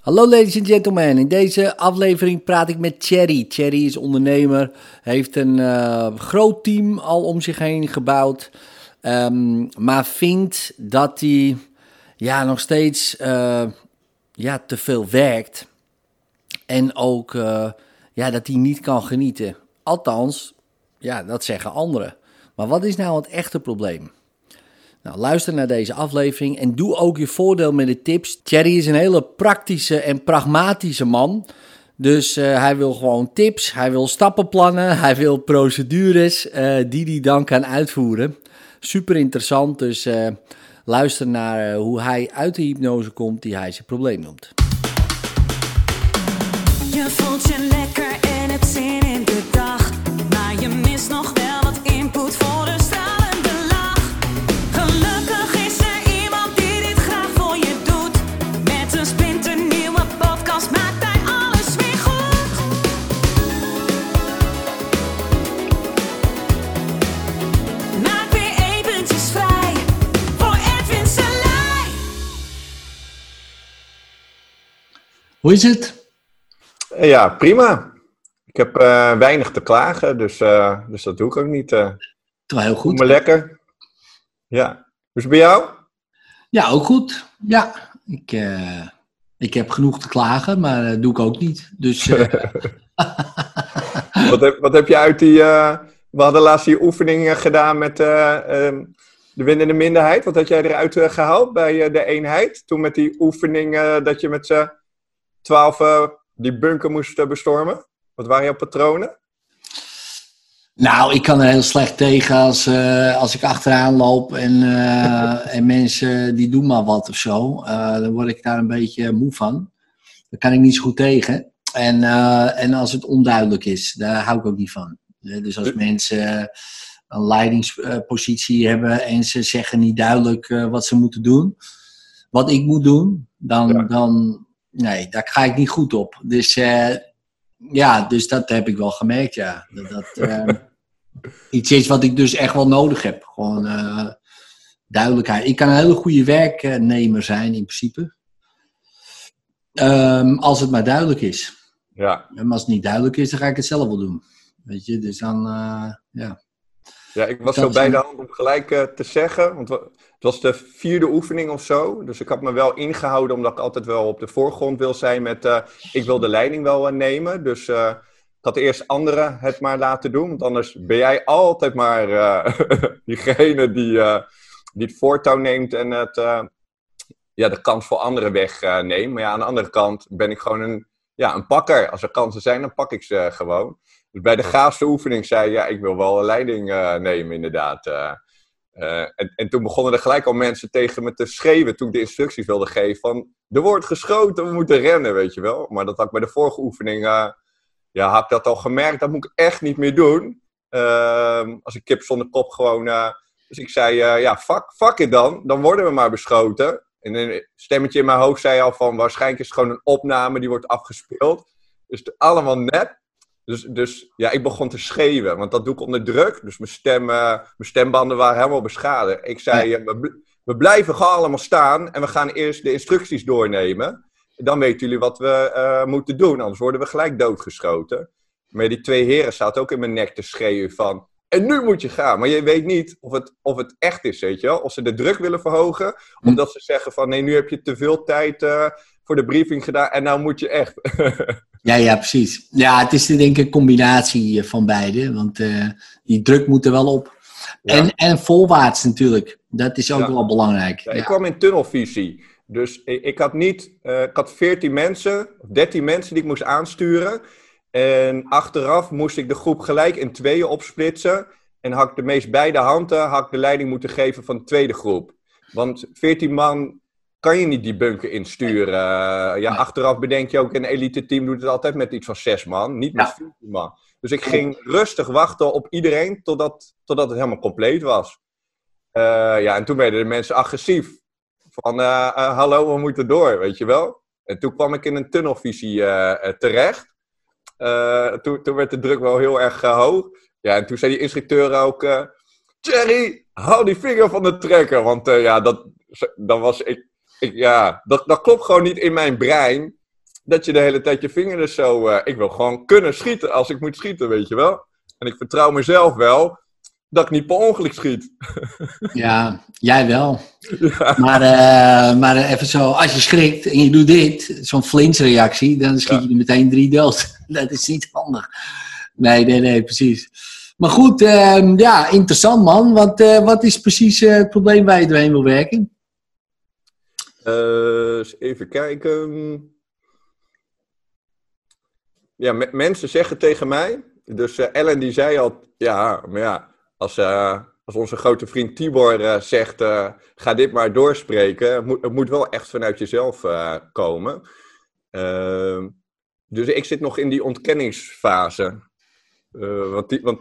Hallo ladies and gentlemen, in deze aflevering praat ik met Thierry. Thierry is ondernemer, heeft een groot team al om zich heen gebouwd, maar vindt dat hij nog steeds te veel werkt en ook dat hij niet kan genieten. Althans, dat zeggen anderen. Maar wat is nou het echte probleem? Nou, luister naar deze aflevering en doe ook je voordeel met de tips. Thierry is een hele praktische en pragmatische man. Dus hij wil gewoon tips, hij wil stappenplannen, hij wil procedures die hij dan kan uitvoeren. Super interessant, dus luister naar hoe hij uit de hypnose komt die hij zijn probleem noemt. Je voelt je lekker en hebt zin in de dag, maar je mist nog wel wat input voor de stralende lach. Gelukkig is er iemand die dit graag voor je doet. Met een splinternieuwe podcast maakt hij alles weer goed. Maak weer eventjes vrij voor Edwin Selei. Hoe is het? Ja, prima. Ik heb weinig te klagen, dus dat doe ik ook niet. Toch heel Voel goed. me lekker. Ja. Hoe is het bij jou? Ja, ook goed. Ja, ik heb genoeg te klagen, maar dat doe ik ook niet. Dus Wat heb je uit die... we hadden laatst die oefening gedaan met de winnende minderheid. Wat had jij eruit gehaald bij de eenheid? Toen met die oefening dat je met z'n 12 die bunker moest bestormen. Wat waren jouw patronen? Nou, ik kan er heel slecht tegen als ik achteraan loop en mensen die doen maar wat of zo. Dan word ik daar een beetje moe van. Daar kan ik niet zo goed tegen. En als het onduidelijk is, daar hou ik ook niet van. Dus als mensen een leidingspositie hebben en ze zeggen niet duidelijk wat ze moeten doen, wat ik moet doen, dan nee, daar ga ik niet goed op. Dus dus dat heb ik wel gemerkt, ja. Dat iets is wat ik dus echt wel nodig heb. Gewoon duidelijkheid. Ik kan een hele goede werknemer zijn, in principe. Als het maar duidelijk is. Ja. En als het niet duidelijk is, dan ga ik het zelf wel doen. Weet je, dus dan, Ja, ik was zo bij de hand om gelijk te zeggen, want het was de 4e oefening of zo. Dus ik had me wel ingehouden, omdat ik altijd wel op de voorgrond wil zijn met, ik wil de leiding wel nemen. Dus ik had eerst anderen het maar laten doen, want anders ben jij altijd maar diegene die het voortouw neemt en de kans voor anderen wegneemt. Maar ja, aan de andere kant ben ik gewoon een pakker. Als er kansen zijn, dan pak ik ze gewoon. Dus bij de gaafste oefening zei ik wil wel een leiding nemen, inderdaad. En toen begonnen er gelijk al mensen tegen me te schreeuwen toen ik de instructies wilde geven van, er wordt geschoten, we moeten rennen, weet je wel. Maar dat had ik bij de vorige oefening, had ik dat al gemerkt, dat moet ik echt niet meer doen. Als ik kip zonder kop gewoon, dus ik zei, fuck it dan worden we maar beschoten. En een stemmetje in mijn hoofd zei al van, waarschijnlijk is het gewoon een opname, die wordt afgespeeld. Dus allemaal nep. Dus ik begon te schreeuwen, want dat doe ik onder druk. Dus mijn stembanden waren helemaal beschadigd. Ik zei, we blijven gewoon allemaal staan en we gaan eerst de instructies doornemen. Dan weten jullie wat we moeten doen, anders worden we gelijk doodgeschoten. Maar die 2 heren zaten ook in mijn nek te schreeuwen van, en nu moet je gaan. Maar je weet niet of het echt is, weet je wel. Of ze de druk willen verhogen, omdat ze zeggen van, nee, nu heb je te veel tijd voor de briefing gedaan en nou moet je echt... Ja, precies. Ja, het is denk ik een combinatie van beide. Want die druk moet er wel op. Ja. En voorwaarts natuurlijk. Dat is ook wel belangrijk. Ja, ik kwam in tunnelvisie. Dus ik had 14 mensen, of 13 mensen die ik moest aansturen. En achteraf moest ik de groep gelijk in 2 opsplitsen. En had ik de meest beide handen had ik de leiding moeten geven van de tweede groep. Want 14 man... kan je niet die bunker insturen. Achteraf bedenk je ook, een elite team doet het altijd met iets van 6 man, niet met 14 man. Dus ik ging rustig wachten op iedereen, totdat het helemaal compleet was. En toen werden de mensen agressief. Van, hallo, we moeten door, weet je wel. En toen kwam ik in een tunnelvisie terecht. Toen werd de druk wel heel erg hoog. Ja, en toen zei die instructeur ook, Thierry, hou die vinger van de trekker. Want dan was ik... dat klopt gewoon niet in mijn brein. dat je de hele tijd je vingers zo... ik wil gewoon kunnen schieten als ik moet schieten, weet je wel. En ik vertrouw mezelf wel dat ik niet per ongeluk schiet. Ja, jij wel. Ja. Maar even zo, als je schrikt en je doet dit, zo'n flinchreactie, dan schiet je er meteen 3 dood. Dat is niet handig. Nee, precies. Maar goed, ja, interessant man. Want wat is precies het probleem waar je doorheen wil werken? Eens even kijken. Ja, mensen zeggen tegen mij... Dus Ellen die zei al... Ja, maar ja, als onze grote vriend Tibor zegt... ga dit maar doorspreken. Het moet wel echt vanuit jezelf komen. Dus ik zit nog in die ontkenningsfase. Want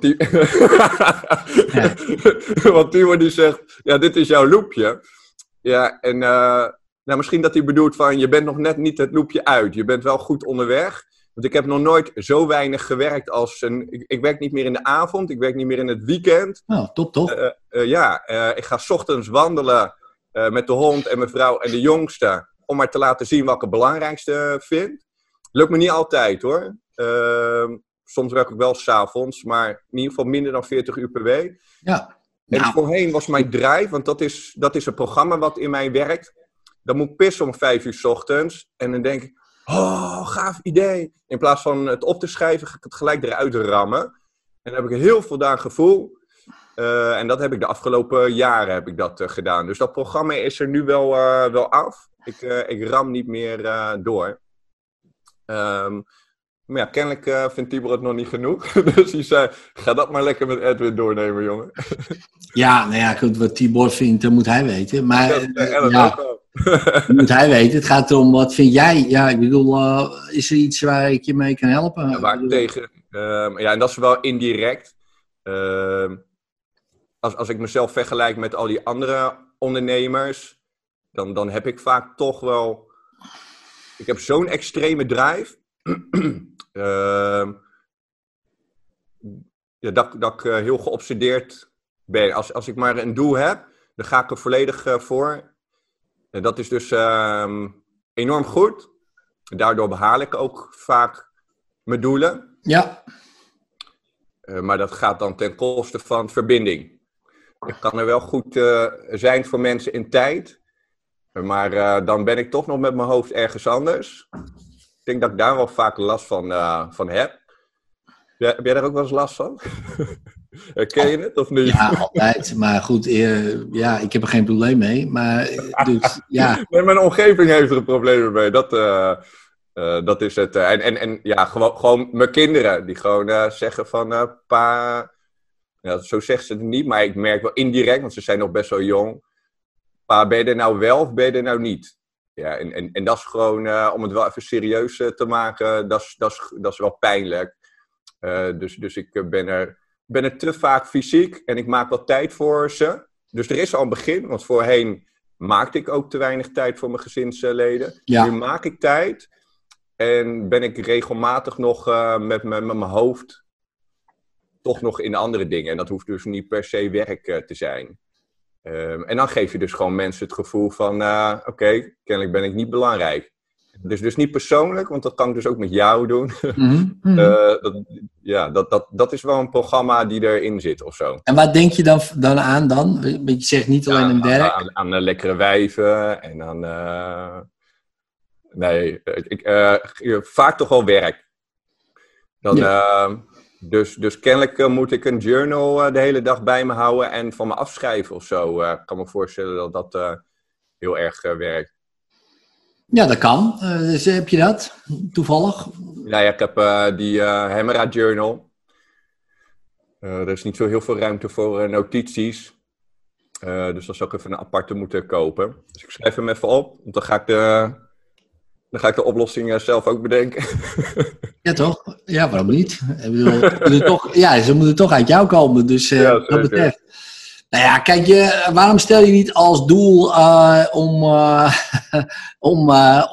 Tibor die zegt... Ja, dit is jouw loopje. Ja, en... Nou, misschien dat hij bedoelt van... Je bent nog net niet het loopje uit. Je bent wel goed onderweg... Want ik heb nog nooit zo weinig gewerkt als ik werk niet meer in de avond, ik werk niet meer in het weekend. Oh, top, toch? Ik ga 's ochtends wandelen met de hond en mijn vrouw en de jongste. Om maar te laten zien wat ik het belangrijkste vind. Lukt me niet altijd hoor. Soms werk ik wel 's avonds, maar in ieder geval minder dan 40 uur per week. Ja. En voorheen was mijn drive, want dat is een programma wat in mij werkt. Dan moet ik pissen om 5 uur 's ochtends. En dan denk ik... Oh, gaaf idee. In plaats van het op te schrijven, ga ik het gelijk eruit rammen. En daar heb ik heel voldaan gevoel. En dat heb ik de afgelopen jaren gedaan. Dus dat programma is er nu wel af. Ik ram niet meer door. Maar ja, kennelijk vindt Tibor het nog niet genoeg. Dus hij zei, ga dat maar lekker met Edwin doornemen, jongen. Ja, nou ja, goed, wat Tibor vindt, dat moet hij weten. Maar dat moet hij weten. Het gaat erom, wat vind jij? Ja, ik bedoel, is er iets waar ik je mee kan helpen? Ja, waar ik tegen... en dat is wel indirect. Als ik mezelf vergelijk met al die andere ondernemers... Dan heb ik vaak toch wel... Ik heb zo'n extreme drive... dat ik heel geobsedeerd ben. Als ik maar een doel heb, dan ga ik er volledig voor. En dat is dus enorm goed. Daardoor behaal ik ook vaak mijn doelen. Ja. Maar dat gaat dan ten koste van verbinding. Ik kan er wel goed zijn voor mensen in tijd. Maar dan ben ik toch nog met mijn hoofd ergens anders. Ik denk dat ik daar wel vaak last van heb. Heb jij daar ook wel eens last van? Herken je het of niet? Ja, altijd. Maar goed, ik heb er geen probleem mee. Maar dus, ja. Nee, mijn omgeving heeft er een probleem mee. Dat is het. En ja, gewoon mijn kinderen. Die gewoon zeggen van... Pa... Ja, zo zegt ze het niet. Maar ik merk wel indirect, want ze zijn nog best wel jong. Pa, ben je er nou wel of ben je er nou niet? Ja, en dat is gewoon, om het wel even serieus te maken, dat is wel pijnlijk. Dus ik ben er te vaak fysiek en ik maak wel tijd voor ze. Dus er is al een begin, want voorheen maakte ik ook te weinig tijd voor mijn gezinsleden. Ja. Nu maak ik tijd en ben ik regelmatig nog met mijn hoofd toch nog in andere dingen. En dat hoeft dus niet per se werk te zijn. En dan geef je dus gewoon mensen het gevoel van... Oké, kennelijk ben ik niet belangrijk. Dus niet persoonlijk, want dat kan ik dus ook met jou doen. Dat is wel een programma die erin zit of zo. En wat denk je dan aan dan? Je zegt niet alleen een werk. Aan lekkere wijven en aan... vaak toch wel werk. Dan... Ja. Dus kennelijk moet ik een journal de hele dag bij me houden en van me afschrijven of zo. Ik kan me voorstellen dat heel erg werkt. Ja, dat kan. Dus heb je dat toevallig? Ja, ik heb die Hemera journal. Er is niet zo heel veel ruimte voor notities. Dus dan zou ik even een aparte moeten kopen. Dus ik schrijf hem even op, want dan ga ik de oplossing zelf ook bedenken. Ja, toch? Ja, waarom niet? Ik bedoel, ze moeten toch uit jou komen. Dus wat dat betreft. Nou ja, kijk, waarom stel je niet als doel om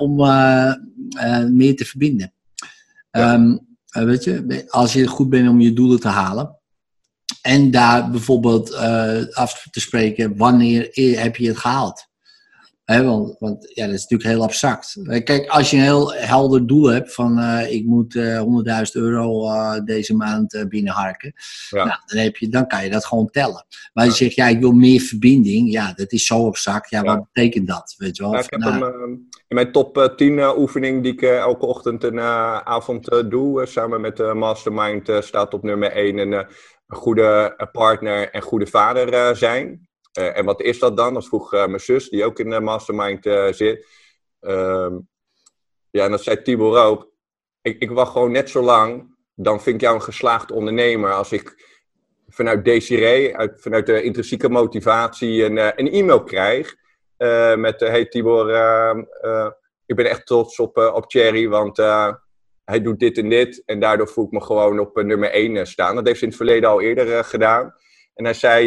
meer te verbinden? Ja. Weet je, als je goed bent om je doelen te halen. En daar bijvoorbeeld af te spreken, wanneer heb je het gehaald? Want ja, dat is natuurlijk heel abstract. Kijk, als je een heel helder doel hebt van ik moet €100.000 deze maand binnenharken. Ja. Nou, dan kan je dat gewoon tellen. Maar als je zegt, ja, ik wil meer verbinding. Ja, dat is zo abstract. Ja, wat betekent dat? Weet je wel? Ik heb hem in mijn top 10 oefening die ik elke ochtend en avond doe. Samen met de Mastermind staat op nummer 1 een goede partner en goede vader zijn. En wat is dat dan? Dat vroeg mijn zus, die ook in de Mastermind zit. Ja, en dat zei Tibor ook. Ik wacht gewoon net zo lang. Dan vind ik jou een geslaagd ondernemer. Als ik vanuit Desiree, vanuit de intrinsieke motivatie, een e-mail krijg. Met, hey Tibor, ik ben echt trots op Thierry. Want hij doet dit en dit. En daardoor voel ik me gewoon op nummer 1 staan. Dat heeft ze in het verleden al eerder gedaan. En hij zei...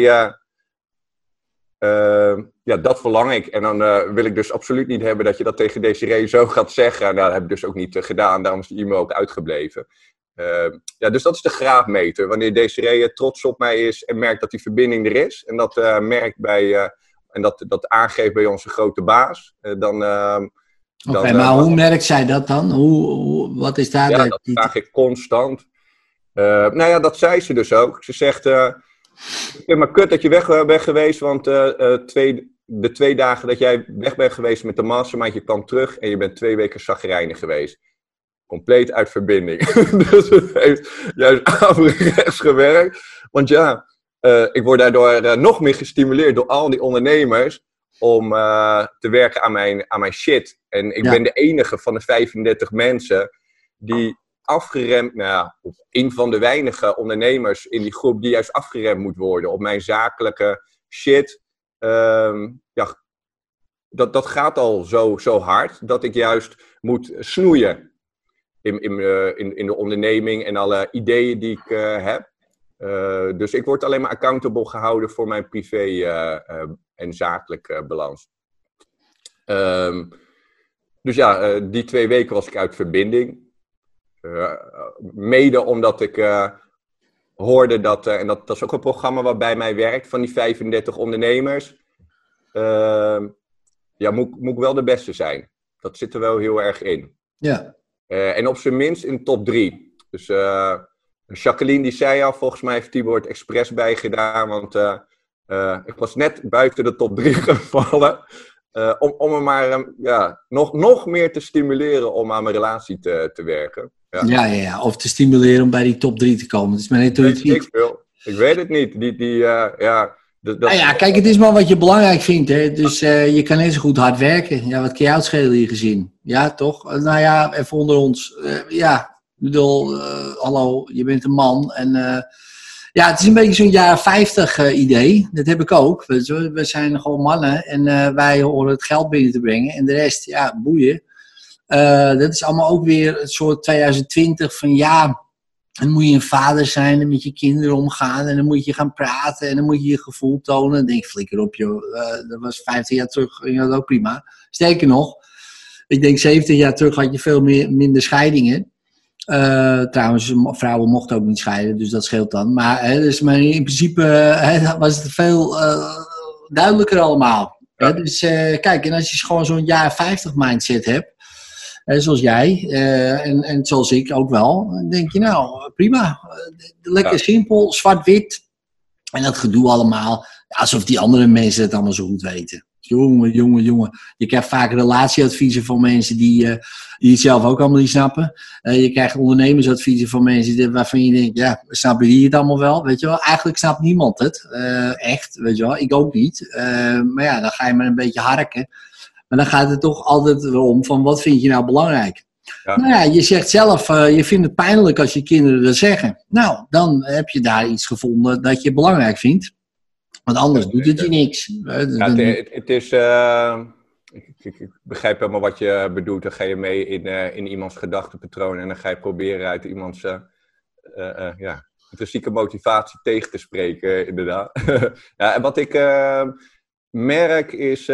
ja, dat verlang ik. En dan wil ik dus absoluut niet hebben dat je dat tegen Desiree zo gaat zeggen. Nou, dat heb ik dus ook niet gedaan. Daarom is de e-mail ook uitgebleven. Ja, dus dat is de graadmeter. Wanneer Desiree trots op mij is en merkt dat die verbinding er is. En dat merkt bij... en dat aangeeft bij onze grote baas. Oké, maar hoe merkt zij dat dan? Wat is daar? Ja, dat vraag ik constant. Nou ja, dat zei ze dus ook. Ze zegt... ik vind maar kut dat je weg bent geweest, want de 2 dagen dat jij weg bent geweest met de mastermind, je kwam terug en je bent 2 weken chagrijnig geweest. Compleet uit verbinding. Dus het heeft juist averechts gewerkt. Want ja, ik word daardoor nog meer gestimuleerd door al die ondernemers om te werken aan mijn shit. En ik ben de enige van de 35 mensen die afgeremd, of een van de weinige ondernemers in die groep die juist afgeremd moet worden op mijn zakelijke shit. Ja, dat gaat al zo hard dat ik juist moet snoeien in de onderneming en alle ideeën die ik heb. Dus ik word alleen maar accountable gehouden voor mijn privé en zakelijk balans. Dus ja, die 2 weken was ik uit verbinding. Mede omdat ik hoorde dat, en dat is ook een programma wat bij mij werkt, van die 35 ondernemers. Ja, moet ik wel de beste zijn. Dat zit er wel heel erg in. Ja. En op zijn minst in top 3. Dus Jacqueline die zei al, volgens mij heeft Tibor het expres bijgedaan, want ik was net buiten de top 3 gevallen. Om me maar nog meer te stimuleren om aan mijn relatie te werken. Ja, of te stimuleren om bij die top 3 te komen. Dat is maar intuïtief. Ik weet het niet. Kijk, het is maar wat je belangrijk vindt. Hè? Dus je kan net zo goed hard werken. Ja, wat kan jou het schelen hier gezien? Ja, toch? Nou ja, even onder ons. Ik bedoel, hallo, je bent een man. En ja, het is een beetje zo'n jaren 50 idee. Dat heb ik ook. We zijn gewoon mannen. En wij horen het geld binnen te brengen. En de rest, ja, boeien. Dat is allemaal ook weer een soort 2020 van ja, dan moet je een vader zijn en met je kinderen omgaan en dan moet je gaan praten en dan moet je je gevoel tonen. Dan denk ik, flikker op joh, dat was 15 jaar terug, ging dat ook prima. Sterker nog, ik denk 70 jaar terug had je veel minder scheidingen. Trouwens, vrouwen mochten ook niet scheiden, dus dat scheelt dan. Maar in principe was het veel duidelijker allemaal. Ja. Dus kijk, en als je gewoon zo'n jaar 50 mindset hebt, zoals jij en zoals ik ook wel, dan denk je nou, prima. Lekker simpel, zwart-wit. En dat gedoe allemaal, alsof die andere mensen het allemaal zo goed weten. Jongen. Je krijgt vaak relatieadviezen van mensen die het zelf ook allemaal niet snappen. Je krijgt ondernemersadviezen van mensen waarvan je denkt, ja, snappen die het allemaal wel? Weet je wel, eigenlijk snapt niemand het. Echt, weet je wel, ik ook niet. Maar ja, dan ga je maar een beetje harken. Maar dan gaat het toch altijd om van wat vind je nou belangrijk? Ja. Nou ja, je zegt zelf, je vindt het pijnlijk als je kinderen dat zeggen. Nou, dan heb je daar iets gevonden dat je belangrijk vindt. Want anders doet het je niks. Het is... Ik begrijp helemaal wat je bedoelt. Dan ga je mee in iemands gedachtenpatroon en dan ga je proberen uit iemands intrinsieke motivatie tegen te spreken, inderdaad. Ja, en wat ik merk is...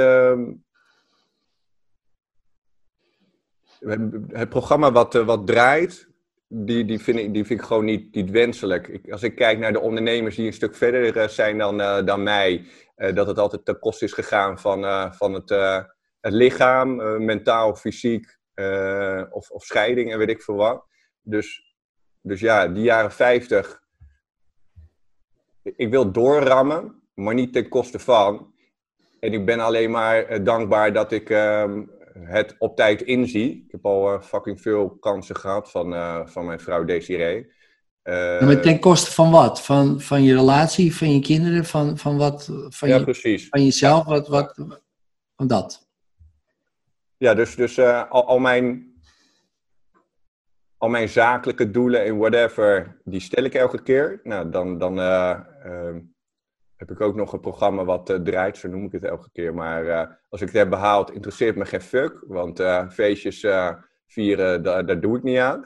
het programma wat draait, die vind ik gewoon niet wenselijk. Als ik kijk naar de ondernemers die een stuk verder zijn dan mij, dat het altijd ten koste is gegaan van het het lichaam, mentaal, fysiek of scheiding en weet ik veel wat. Dus ja, die jaren 50, ik wil doorrammen, maar niet ten koste van. En ik ben alleen maar dankbaar dat ik het op tijd inzie. Ik heb al fucking veel kansen gehad van mijn vrouw Desiree. Maar ten koste van wat? Van je relatie, van je kinderen, van wat? Precies. Van jezelf, wat van dat? Ja, dus al mijn zakelijke doelen en whatever, die stel ik elke keer. Nou, dan heb ik ook nog een programma wat draait, zo noem ik het elke keer. Maar als ik het heb behaald, interesseert me geen fuck. Want feestjes vieren, daar doe ik niet aan.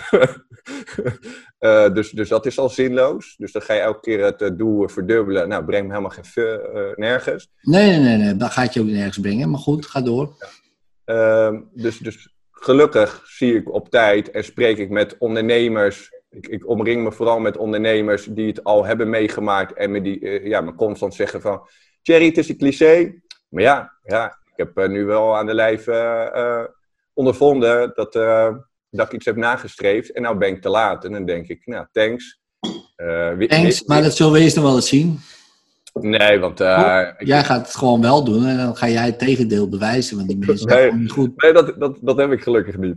Dus dat is al zinloos. Dus dan ga je elke keer het doel verdubbelen. Nou, brengt me helemaal geen nergens. Nee, dat gaat je ook nergens brengen. Maar goed, ga door. Ja. Dus gelukkig zie ik op tijd en spreek ik met ondernemers. Ik omring me vooral met ondernemers die het al hebben meegemaakt. En me constant zeggen van... Thierry, het is een cliché. Maar ja ik heb nu wel aan de lijf ondervonden dat ik iets heb nagestreefd. En nou ben ik te laat. En dan denk ik, nou, thanks. Maar dat zullen we eerst nog wel eens zien. Nee, want... jij gaat het gewoon wel doen en dan ga jij het tegendeel bewijzen, want die mensen zijn gewoon niet goed. Nee, dat heb ik gelukkig niet.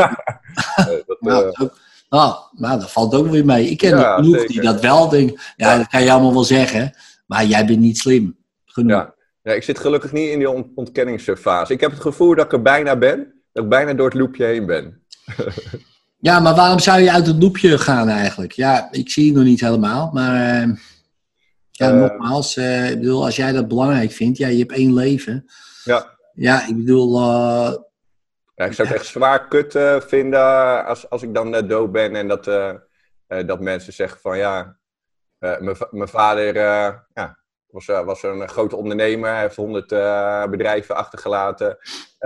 Dat valt ook weer mee. Ik ken er genoeg zeker. die dat wel denken. Ja, dat kan je allemaal wel zeggen, maar jij bent niet slim genoeg. Ja, ik zit gelukkig niet in die ontkenningsfase. Ik heb het gevoel dat ik er bijna ben, dat ik bijna door het loopje heen ben. Ja, maar waarom zou je uit het loopje gaan eigenlijk? Ja, ik zie het nog niet helemaal, maar... nogmaals, ik bedoel, als jij dat belangrijk vindt, je hebt 1 leven. Ja. Ja, ik bedoel... ik zou het echt zwaar kut vinden als ik dan dood ben en dat mensen zeggen van ja, mijn vader was een grote ondernemer, hij heeft 100 bedrijven achtergelaten,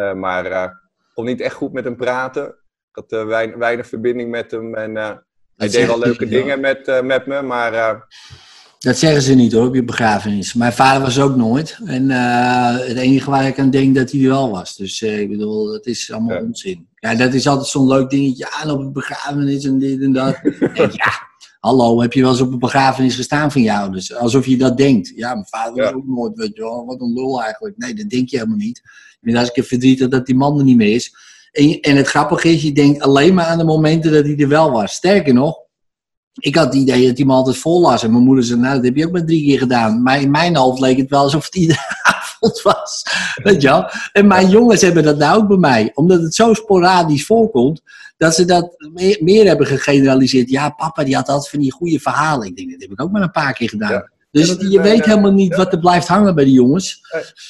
maar kon niet echt goed met hem praten. Ik had weinig verbinding met hem en hij deed wel leuke dingen met me, maar... Dat zeggen ze niet hoor, op je begrafenis. Mijn vader was ook nooit. En het enige waar ik aan denk dat hij er wel was. Dus ik bedoel, dat is allemaal onzin. Ja, dat is altijd zo'n leuk dingetje. Ja, op een begrafenis en dit en dat. En hallo, heb je wel eens op een begrafenis gestaan van jou? Dus alsof je dat denkt. Ja, mijn vader was ook nooit, weet je wel. Wat een lul eigenlijk. Nee, dat denk je helemaal niet. Ik ben hartstikke verdrietig dat die man er niet meer is. En het grappige is, je denkt alleen maar aan de momenten dat hij er wel was. Sterker nog, ik had het idee dat hij me altijd vollas. En mijn moeder zei, nou, dat heb je ook maar 3 keer gedaan. Maar in mijn hoofd leek het wel alsof het iedere avond was. Weet je wel? En mijn jongens hebben dat nou ook bij mij. Omdat het zo sporadisch voorkomt, dat ze dat meer hebben gegeneraliseerd. Ja, papa, die had altijd van die goede verhalen. Ik denk, dat heb ik ook maar een paar keer gedaan. Ja. Dus je weet helemaal niet wat er blijft hangen bij die jongens.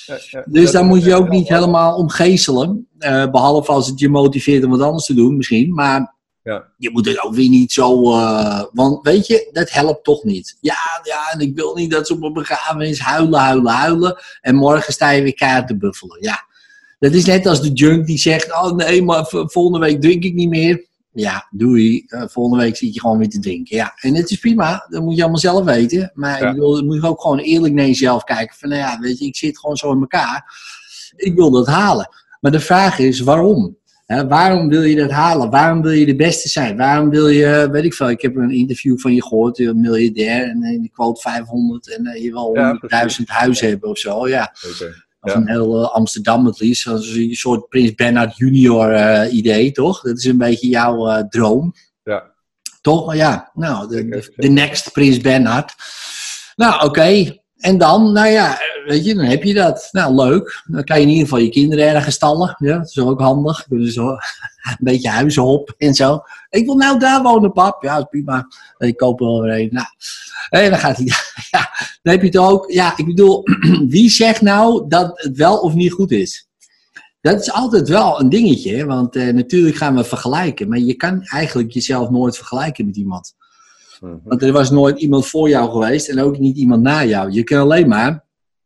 Dus daar moet je ook niet helemaal omgeeselen. Behalve als het je motiveert om wat anders te doen, misschien. Maar... Ja. Je moet het ook weer niet zo... want weet je, dat helpt toch niet. Ja, en ik wil niet dat ze op mijn begrafenis huilen. En morgen sta je weer kaart te buffelen. Ja, dat is net als de junk die zegt... Oh nee, maar volgende week drink ik niet meer. Ja, doei. Volgende week zit je gewoon weer te drinken. Ja, en het is prima. Dat moet je allemaal zelf weten. Maar ik bedoel, dan moet je ook gewoon eerlijk naar jezelf kijken. Van nou ja, weet je, ik zit gewoon zo in elkaar. Ik wil dat halen. Maar de vraag is, waarom? Waarom wil je dat halen? Waarom wil je de beste zijn? Waarom wil je, weet ik veel, ik heb een interview van je gehoord, een miljardair, en je quote 500 en je wil 100.000 huizen hebben of zo, ja. Okay. Of een heel Amsterdam het liefst, als een soort Prins Bernhard junior idee, toch? Dat is een beetje jouw droom. Ja. Toch? Ja, nou, de next Prins Bernhard. Nou, oké. En dan, nou ja, weet je, dan heb je dat. Nou, leuk. Dan kan je in ieder geval je kinderen ergens stallen. Ja, dat is ook handig. Dus zo, een beetje huizenhop en zo. Ik wil nou daar wonen, pap. Ja, dat is prima. Ik koop er wel weer een. Nou, en dan gaat hij... Ja, dan heb je het ook... Ja, ik bedoel, wie zegt nou dat het wel of niet goed is? Dat is altijd wel een dingetje. Want natuurlijk gaan we vergelijken. Maar je kan eigenlijk jezelf nooit vergelijken met iemand. Want er was nooit iemand voor jou geweest en ook niet iemand na jou. Je kan alleen maar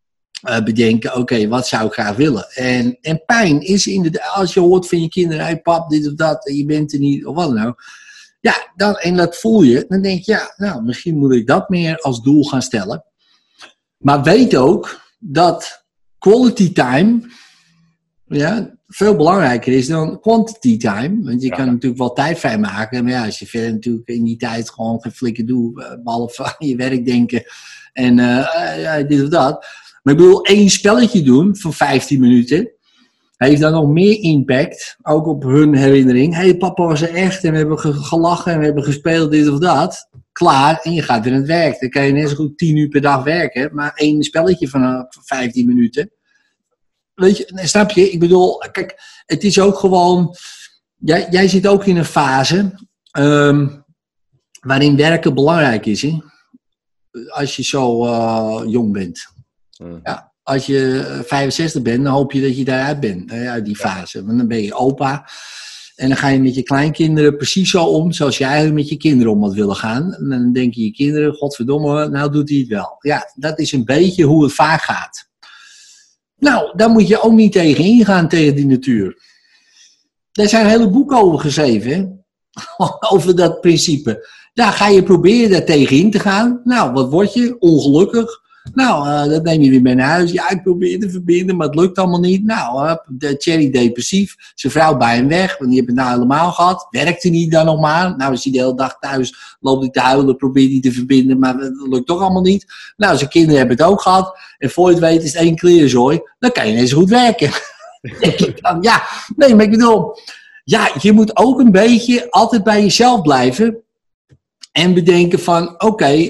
bedenken, oké, wat zou ik graag willen? En pijn is inderdaad, als je hoort van je kinderen, hey pap, dit of dat, en je bent er niet, of wat dan ook. Ja, en dat voel je. Dan denk je, ja, nou, misschien moet ik dat meer als doel gaan stellen. Maar weet ook dat quality time ja, veel belangrijker is dan quantity time. Want je Ja. kan natuurlijk wel tijd vrijmaken. Maar ja, als je verder natuurlijk in die tijd gewoon geen flikker doet, behalve aan je werk denken en dit of dat. Maar ik bedoel, 1 spelletje doen van 15 minuten heeft dan nog meer impact, ook op hun herinnering. Hé, papa was er echt en we hebben gelachen en we hebben gespeeld, dit of dat. Klaar, en je gaat weer aan het werk. Dan kan je net zo goed 10 uur per dag werken, maar 1 spelletje van 15 minuten. Weet je, snap je? Ik bedoel, kijk, het is ook gewoon... Jij zit ook in een fase waarin werken belangrijk is, hè? Als je zo jong bent. Ja. Als je 65 bent, dan hoop je dat je daaruit bent, uit die fase. Want dan ben je opa. En dan ga je met je kleinkinderen precies zo om, zoals jij eigenlijk met je kinderen om had willen gaan. En dan denken je kinderen, godverdomme, nou doet hij het wel. Ja, dat is een beetje hoe het vaak gaat. Nou, daar moet je ook niet tegen ingaan, tegen die natuur. Daar zijn hele boeken over geschreven, hè? Over dat principe. Daar ga je proberen daar tegen in te gaan. Nou, wat word je? Ongelukkig. Nou, dat neem je weer mee naar huis. Ja, ik probeer te verbinden, maar het lukt allemaal niet. Nou, de Thierry depressief. Zijn vrouw bij hem weg, want die heeft het nou helemaal gehad. Werkte niet dan nog maar. Nou is hij de hele dag thuis, loopt hij te huilen, probeert hij te verbinden, maar dat lukt toch allemaal niet. Nou, zijn kinderen hebben het ook gehad. En voor je het weet is het 1 kleerzooi. Dan kan je net zo goed werken. Ja, nee, maar ik bedoel... Ja, je moet ook een beetje altijd bij jezelf blijven. En bedenken van, oké,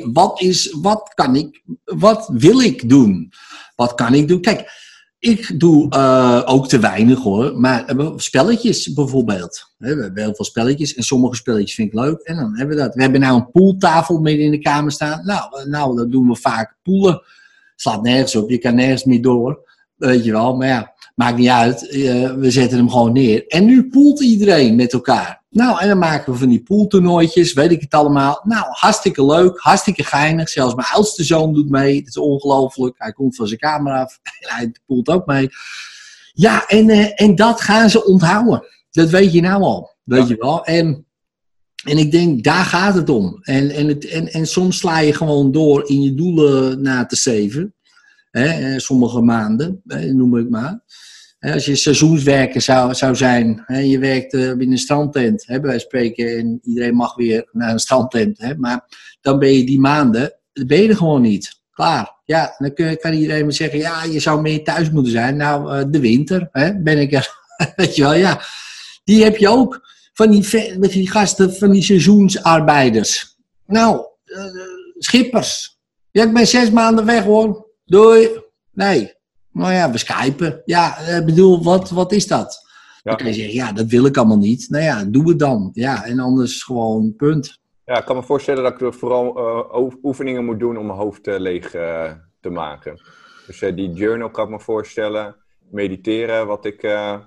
wat wil ik doen? Wat kan ik doen? Kijk, ik doe ook te weinig hoor. Maar spelletjes bijvoorbeeld. We hebben heel veel spelletjes. En sommige spelletjes vind ik leuk. En dan hebben we dat. We hebben nou een pooltafel midden in de kamer staan. Nou, dat doen we vaak. Poelen slaat nergens op. Je kan nergens meer door. Weet je wel. Maar ja, maakt niet uit. We zetten hem gewoon neer. En nu poelt iedereen met elkaar. Nou, en dan maken we van die pooltoernooitjes, weet ik het allemaal. Nou, hartstikke leuk, hartstikke geinig. Zelfs mijn oudste zoon doet mee. Het is ongelooflijk. Hij komt van zijn kamer af. En hij poelt ook mee. Ja, en dat gaan ze onthouden. Dat weet je nou al. Weet je wel. En ik denk, daar gaat het om. En soms sla je gewoon door in je doelen na te zeven. Sommige maanden, noem ik maar. Als je seizoenswerker zou zijn, je werkt binnen een strandtent, bij wijze van spreken, en iedereen mag weer naar een strandtent, maar dan ben je die maanden, dan ben je er gewoon niet. Klaar. Ja, dan kan iedereen maar zeggen, ja, je zou meer thuis moeten zijn. Nou, de winter, ben ik er. Weet je wel, ja. Die heb je ook van die gasten, van die seizoensarbeiders. Nou, schippers. Ja, ik ben 6 maanden weg hoor. Doei. Nee. Nou ja, we skypen. Ja, ik bedoel, wat is dat? Ja. Dan kan je zeggen, ja, dat wil ik allemaal niet. Nou ja, doe het dan. Ja, en anders gewoon punt. Ja, ik kan me voorstellen dat ik vooral oefeningen moet doen om mijn hoofd leeg te maken. Dus die journal kan ik me voorstellen. Mediteren, wat ik,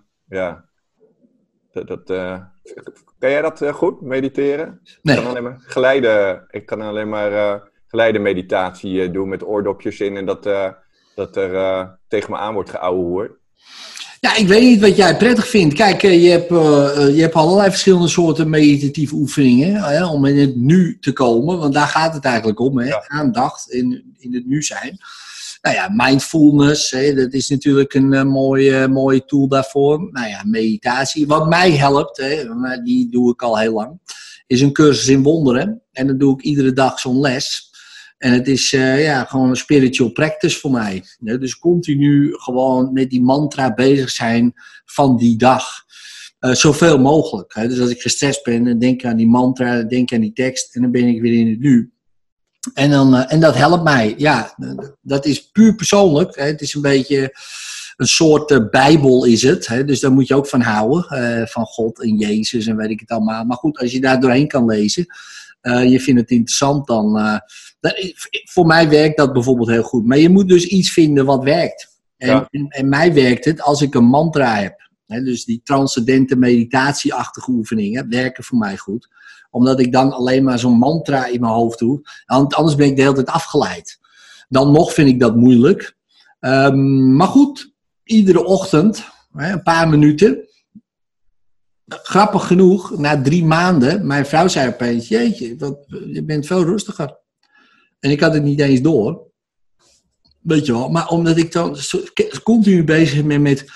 kan jij dat goed, mediteren? Nee. Ik kan alleen maar geleide meditatie doen met oordopjes in en dat er tegen me aan wordt geouwehoerd. Ja, ik weet niet wat jij prettig vindt. Kijk, je hebt allerlei verschillende soorten meditatieve oefeningen om in het nu te komen. Want daar gaat het eigenlijk om, hè? Ja. Aandacht in het nu zijn. Nou ja, mindfulness, dat is natuurlijk een mooie tool daarvoor. Nou ja, meditatie. Wat mij helpt, maar die doe ik al heel lang, is een cursus in wonderen. En dan doe ik iedere dag zo'n les. En het is gewoon een spiritual practice voor mij. Dus continu gewoon met die mantra bezig zijn van die dag. Zoveel mogelijk. Dus als ik gestrest ben, dan denk ik aan die mantra, dan denk ik aan die tekst en dan ben ik weer in het nu. En dat helpt mij. Ja, dat is puur persoonlijk. Het is een beetje een soort bijbel is het. Dus daar moet je ook van houden. Van God en Jezus en weet ik het allemaal. Maar goed, als je daar doorheen kan lezen, je vindt het interessant dan... voor mij werkt dat bijvoorbeeld heel goed. Maar je moet dus iets vinden wat werkt. En mij werkt het als ik een mantra heb. Dus die transcendente meditatieachtige oefeningen werken voor mij goed. Omdat ik dan alleen maar zo'n mantra in mijn hoofd doe. Anders ben ik de hele tijd afgeleid. Dan nog vind ik dat moeilijk. Maar goed, iedere ochtend, een paar minuten. Grappig genoeg, na 3 maanden, mijn vrouw zei opeens, jeetje, je bent veel rustiger. En ik had het niet eens door. Weet je wel, maar omdat ik dan continu bezig ben met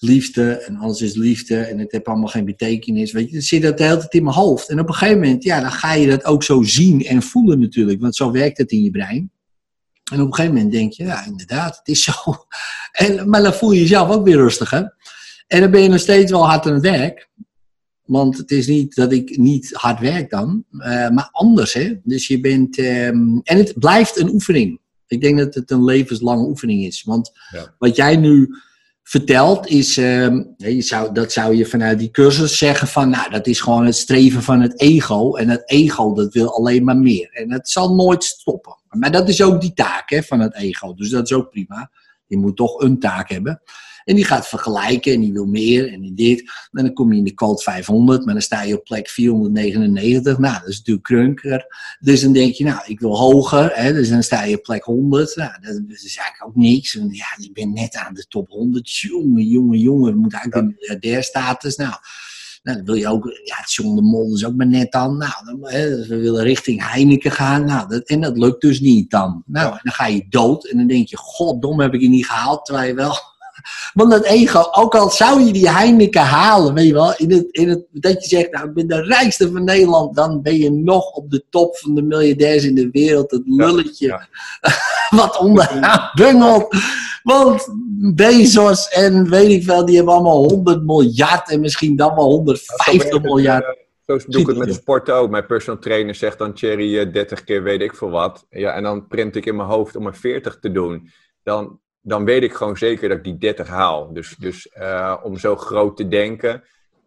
liefde en alles is liefde en het heeft allemaal geen betekenis. Weet je, dan zit dat de hele tijd in mijn hoofd. En op een gegeven moment, ja, dan ga je dat ook zo zien en voelen natuurlijk, want zo werkt het in je brein. En op een gegeven moment denk je, ja, inderdaad, het is zo. Maar dan voel je jezelf ook weer rustiger. En dan ben je nog steeds wel hard aan het werk. Want het is niet dat ik niet hard werk dan, maar anders, hè. Dus je bent... en het blijft een oefening. Ik denk dat het een levenslange oefening is. Want wat jij nu vertelt is... dat zou je vanuit die cursus zeggen van... Nou, dat is gewoon het streven van het ego. En het ego, dat wil alleen maar meer. En dat zal nooit stoppen. Maar dat is ook die taak, hè, van het ego. Dus dat is ook prima. Je moet toch een taak hebben. En die gaat vergelijken en die wil meer en die dit. En dan kom je in de quote 500, maar dan sta je op plek 499. Nou, dat is natuurlijk krunker. Dus dan denk je, nou, ik wil hoger. Hè, dus dan sta je op plek 100. Nou, dat is eigenlijk ook niks. En ja, je bent net aan de top 100. Jongen. Je moet eigenlijk een miljardair-status. Nou, dan wil je ook... Ja, John de Mol is ook maar net dan. Nou, we willen richting Heineken gaan. Nou, dat lukt dus niet dan. Nou, en dan ga je dood. En dan denk je, goddom, heb ik je niet gehaald. Terwijl je wel... Want dat ego, ook al zou je die Heineken halen, weet je wel, dat je zegt, nou, ik ben de rijkste van Nederland, dan ben je nog op de top van de miljardairs in de wereld, het lulletje wat onderaan bungelt. Want Bezos en weet ik wel, die hebben allemaal 100 miljard en misschien dan wel 150 miljard. Zo doe ik het met sport ook. Mijn personal trainer zegt dan, Thierry, 30 keer weet ik veel wat. Ja, en dan print ik in mijn hoofd om er 40 te doen. Dan weet ik gewoon zeker dat ik die 30 haal. Dus om zo groot te denken,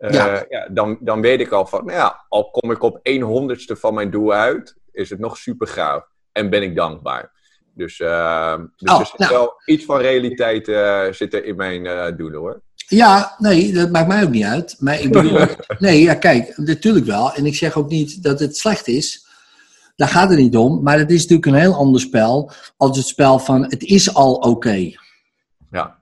dan weet ik al van, nou ja, al kom ik op 1/100ste van mijn doel uit, is het nog super gaaf. En ben ik dankbaar. Dus er zit wel iets van realiteit zit er in mijn doelen, hoor. Ja, nee, dat maakt mij ook niet uit. Maar ik bedoel, nee, ja, kijk, natuurlijk wel. En ik zeg ook niet dat het slecht is. Daar gaat het niet om, maar het is natuurlijk een heel ander spel als het spel van het is al oké. Ja,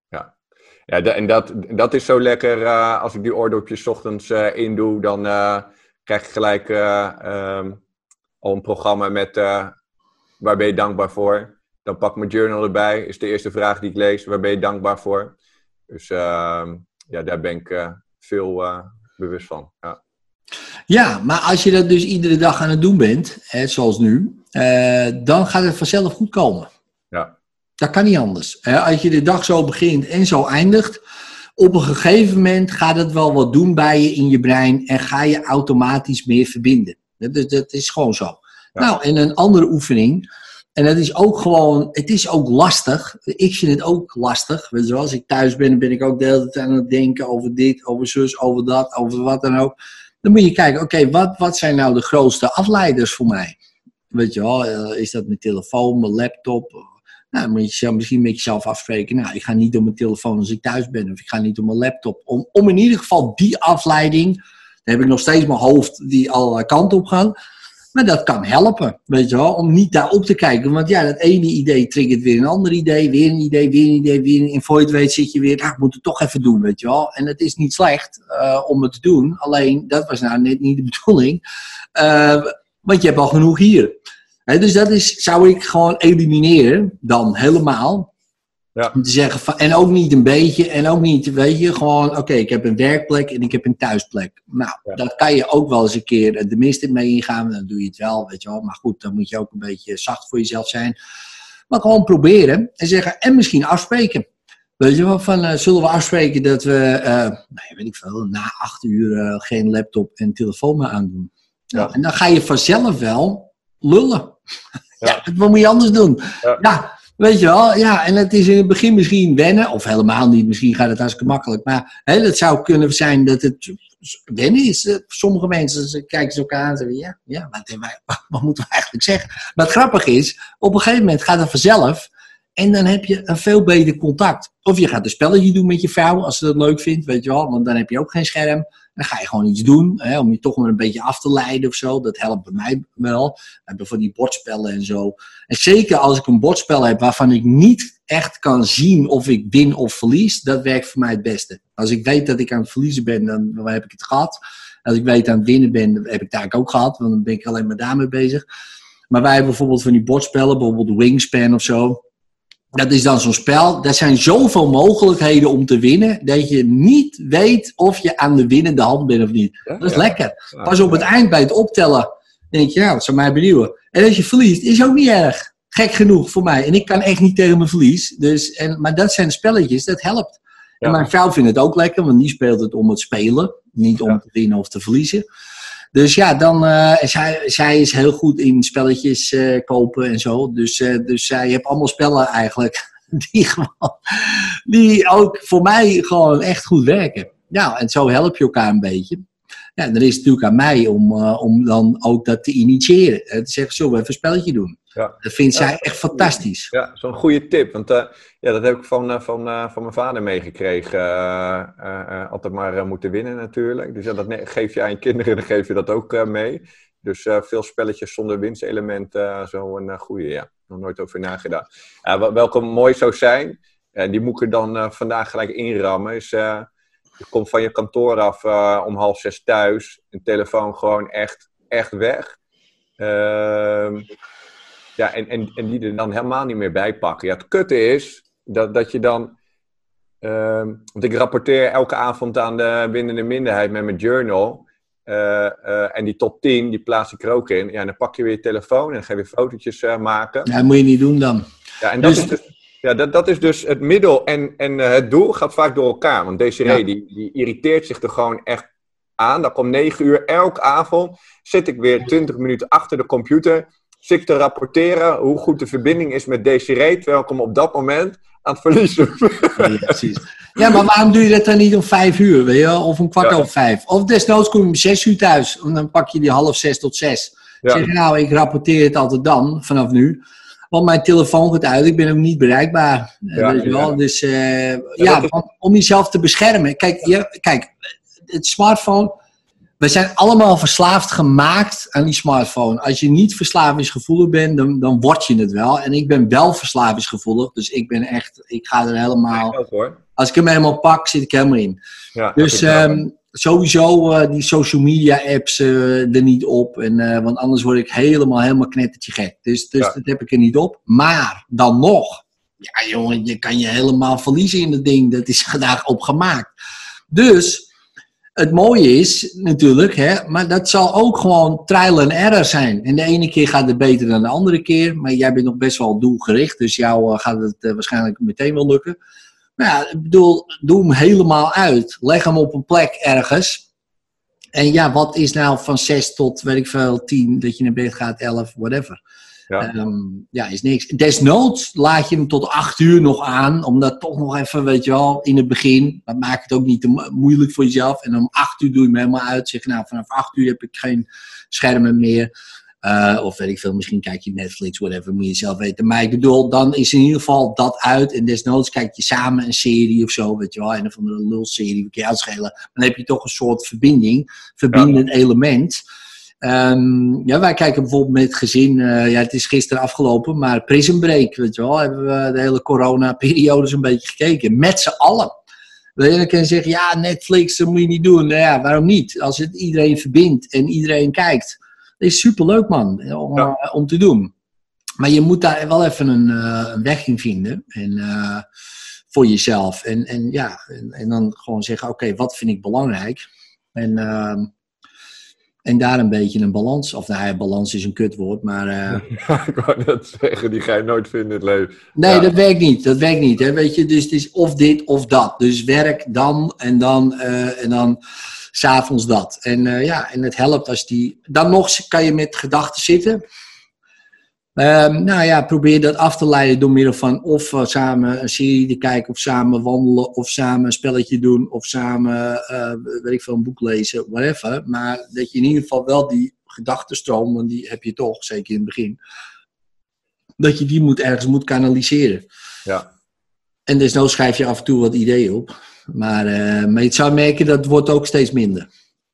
en dat is zo lekker. Als ik die oordopjes 's ochtends indoe, dan krijg ik gelijk al een programma met waar ben je dankbaar voor. Dan pak ik mijn journal erbij, is de eerste vraag die ik lees, waar ben je dankbaar voor. Dus daar ben ik veel bewust van. Ja, maar als je dat dus iedere dag aan het doen bent, zoals nu, dan gaat het vanzelf goed komen. Ja. Dat kan niet anders. Als je de dag zo begint en zo eindigt, op een gegeven moment gaat het wel wat doen bij je in je brein en ga je automatisch meer verbinden. Dat is gewoon zo. Ja. Nou, en een andere oefening, en dat is ook gewoon, het is ook lastig. Ik vind het ook lastig. Weet je wel, als ik thuis ben ik ook de hele tijd aan het denken over dit, over zus, over dat, over wat dan ook. Dan moet je kijken, oké, wat zijn nou de grootste afleiders voor mij? Weet je wel, is dat mijn telefoon, mijn laptop? Nou, dan moet je misschien met jezelf afspreken. Nou, ik ga niet op mijn telefoon als ik thuis ben. Of ik ga niet op mijn laptop. Om in ieder geval die afleiding. Dan heb ik nog steeds mijn hoofd die allerlei kanten op gaat. Maar dat kan helpen, weet je wel. Om niet daarop te kijken. Want ja, dat ene idee triggert weer een ander idee. Weer een idee, weer een idee, weer een. En voor je het weet zit je weer, ik moet het toch even doen, weet je wel. En het is niet slecht om het te doen. Alleen, dat was nou net niet de bedoeling. Want je hebt al genoeg hier. Dus dat zou ik gewoon elimineren, dan helemaal. Ja. Om te zeggen, van, en ook niet een beetje, en ook niet, weet je, gewoon, oké, ik heb een werkplek en ik heb een thuisplek. Nou, dat kan je ook wel eens een keer de mist in mee ingaan, dan doe je het wel, weet je wel. Maar goed, dan moet je ook een beetje zacht voor jezelf zijn. Maar gewoon proberen en zeggen, en misschien afspreken. Weet je wel, van, zullen we afspreken dat we, weet ik veel, na 8 uur geen laptop en telefoon meer aandoen. Ja. Nou, en dan ga je vanzelf wel lullen. Ja, wat moet je anders doen? Ja, weet je wel. Ja, en het is in het begin misschien wennen. Of helemaal niet. Misschien gaat het hartstikke makkelijk. Maar het zou kunnen zijn dat het wennen is. Sommige mensen kijken ze elkaar aan en zeggen... Ja, wat moeten we eigenlijk zeggen? Maar het grappige is... Op een gegeven moment gaat het vanzelf... En dan heb je een veel beter contact. Of je gaat een spelletje doen met je vrouw... Als ze dat leuk vindt, weet je wel. Want dan heb je ook geen scherm... Dan ga je gewoon iets doen, om je toch maar een beetje af te leiden of zo. Dat helpt bij mij wel. We hebben van die bordspellen en zo. En zeker als ik een bordspel heb waarvan ik niet echt kan zien of ik win of verlies, dat werkt voor mij het beste. Als ik weet dat ik aan het verliezen ben, dan heb ik het gehad. Als ik weet aan het winnen ben, dan heb ik het eigenlijk ook gehad, want dan ben ik alleen maar daarmee bezig. Maar wij hebben bijvoorbeeld van die bordspellen, bijvoorbeeld Wingspan of zo. Dat is dan zo'n spel. Er zijn zoveel mogelijkheden om te winnen, dat je niet weet of je aan de winnende hand bent of niet. Ja, Dat is ja. lekker. Pas op het eind bij het optellen, denk je, ja, wat zou mij benieuwen. En als je verliest, is ook niet erg. Gek genoeg voor mij. En ik kan echt niet tegen mijn verlies. Dus, maar dat zijn spelletjes, dat helpt. Ja. En mijn vrouw vindt het ook lekker, want die speelt het om het spelen. Niet om te winnen of te verliezen. Dus ja, dan, zij is heel goed in spelletjes kopen en zo. Dus zij heeft allemaal spellen eigenlijk die ook voor mij gewoon echt goed werken. Ja, en zo help je elkaar een beetje. Ja, en er is het natuurlijk aan mij om dan ook dat te initiëren. Te zeggen, zullen we even een spelletje doen? Ja. Dat vindt zij echt fantastisch. Ja, zo'n goede tip. Want dat heb ik van mijn vader meegekregen. Altijd maar moeten winnen natuurlijk. Dus ja, dat geef je aan je kinderen, dan geef je dat ook mee. Dus veel spelletjes zonder winstelement, zo'n goede, ja. Nog nooit over nagedacht. Welke mooi zou zijn, die moet ik er dan vandaag gelijk inrammen, is... je komt van je kantoor af om 5:30 thuis. Een telefoon gewoon echt weg. En die er dan helemaal niet meer bij pakken. Ja, het kutte is dat je dan... want ik rapporteer elke avond aan de winnende minderheid met mijn journal. En die top 10, die plaats ik er ook in. Ja, en dan pak je weer je telefoon en dan ga je weer fotootjes maken. Ja, dat moet je niet doen dan. Ja, en dat is dus het middel en het doel gaat vaak door elkaar. Want Desiree, die irriteert zich er gewoon echt aan. Dat om 9 uur elke avond zit ik weer 20 minuten achter de computer. Zit ik te rapporteren hoe goed de verbinding is met Desiree. Terwijl ik hem op dat moment aan het verliezen ben. Ja, precies. Ja, maar waarom doe je dat dan niet om 5 uur, weet je wel? Of om 4:15? Of desnoods kom je om 6 uur thuis. En dan pak je die 5:30 tot 6. Ja. Zeg je, nou, ik rapporteer het altijd dan, vanaf nu. Want mijn telefoon gaat uit, ik ben ook niet bereikbaar. Weet je wel? Dus om jezelf te beschermen. Kijk, het smartphone... We zijn allemaal verslaafd gemaakt aan die smartphone. Als je niet verslavingsgevoelig bent, dan word je het wel. En ik ben wel verslavingsgevoelig, dus ik ga er helemaal... Ook, hoor. Als ik hem helemaal pak, zit ik helemaal in. Ja, Dus sowieso die social media apps er niet op. Want anders word ik helemaal knettertje gek. Dus dat heb ik er niet op. Maar dan nog, ja jongen, je kan je helemaal verliezen in het ding. Dat is vandaag opgemaakt. Dus het mooie is natuurlijk, maar dat zal ook gewoon trial and error zijn. En de ene keer gaat het beter dan de andere keer. Maar jij bent nog best wel doelgericht. Dus jou gaat het waarschijnlijk meteen wel lukken. Maar ja, ik bedoel, doe hem helemaal uit. Leg hem op een plek ergens. En ja, wat is nou van 6 tot, weet ik veel, 10, dat je naar bed gaat, 11, whatever. Ja. Is niks. Desnoods laat je hem tot 8 uur nog aan, omdat toch nog even, weet je wel, in het begin, maar maak het ook niet te moeilijk voor jezelf. En om 8 uur doe je hem helemaal uit. Zeg, nou, vanaf 8 uur heb ik geen schermen meer. Of weet ik veel, misschien kijk je Netflix, whatever, moet je zelf weten. Maar ik bedoel, dan is in ieder geval dat uit. En desnoods kijk je samen een serie of zo, weet je wel. Een of andere lulserie, een keer uitschelen. Dan heb je toch een soort verbindend element. Wij kijken bijvoorbeeld met het gezin, het is gisteren afgelopen, maar Prison Break, weet je wel. Hebben we de hele corona-periode een beetje gekeken. Met z'n allen. Dan kan je zeggen, ja, Netflix, dat moet je niet doen. Nou ja, waarom niet? Als het iedereen verbindt en iedereen kijkt. Dat is superleuk, man, om te doen. Maar je moet daar wel even een weg in vinden. En, voor jezelf. En dan gewoon zeggen, oké, wat vind ik belangrijk? En daar een beetje een balans. Of nou ja, balans is een kutwoord, maar... ik wou net zeggen, die ga je nooit vinden in het leven. Nee, dat werkt niet. Hè, weet je? Dus het is of dit of dat. Dus werk dan en dan 's avonds dat. En het helpt als die... Dan nog kan je met gedachten zitten. Probeer dat af te leiden door middel van of samen een serie te kijken, of samen wandelen, of samen een spelletje doen, of samen, een boek lezen, whatever. Maar dat je in ieder geval wel die gedachtenstroom, want die heb je toch, zeker in het begin, dat je die ergens moet kanaliseren. Ja. En desnoods schrijf je af en toe wat ideeën op. Maar je zou merken, dat wordt ook steeds minder.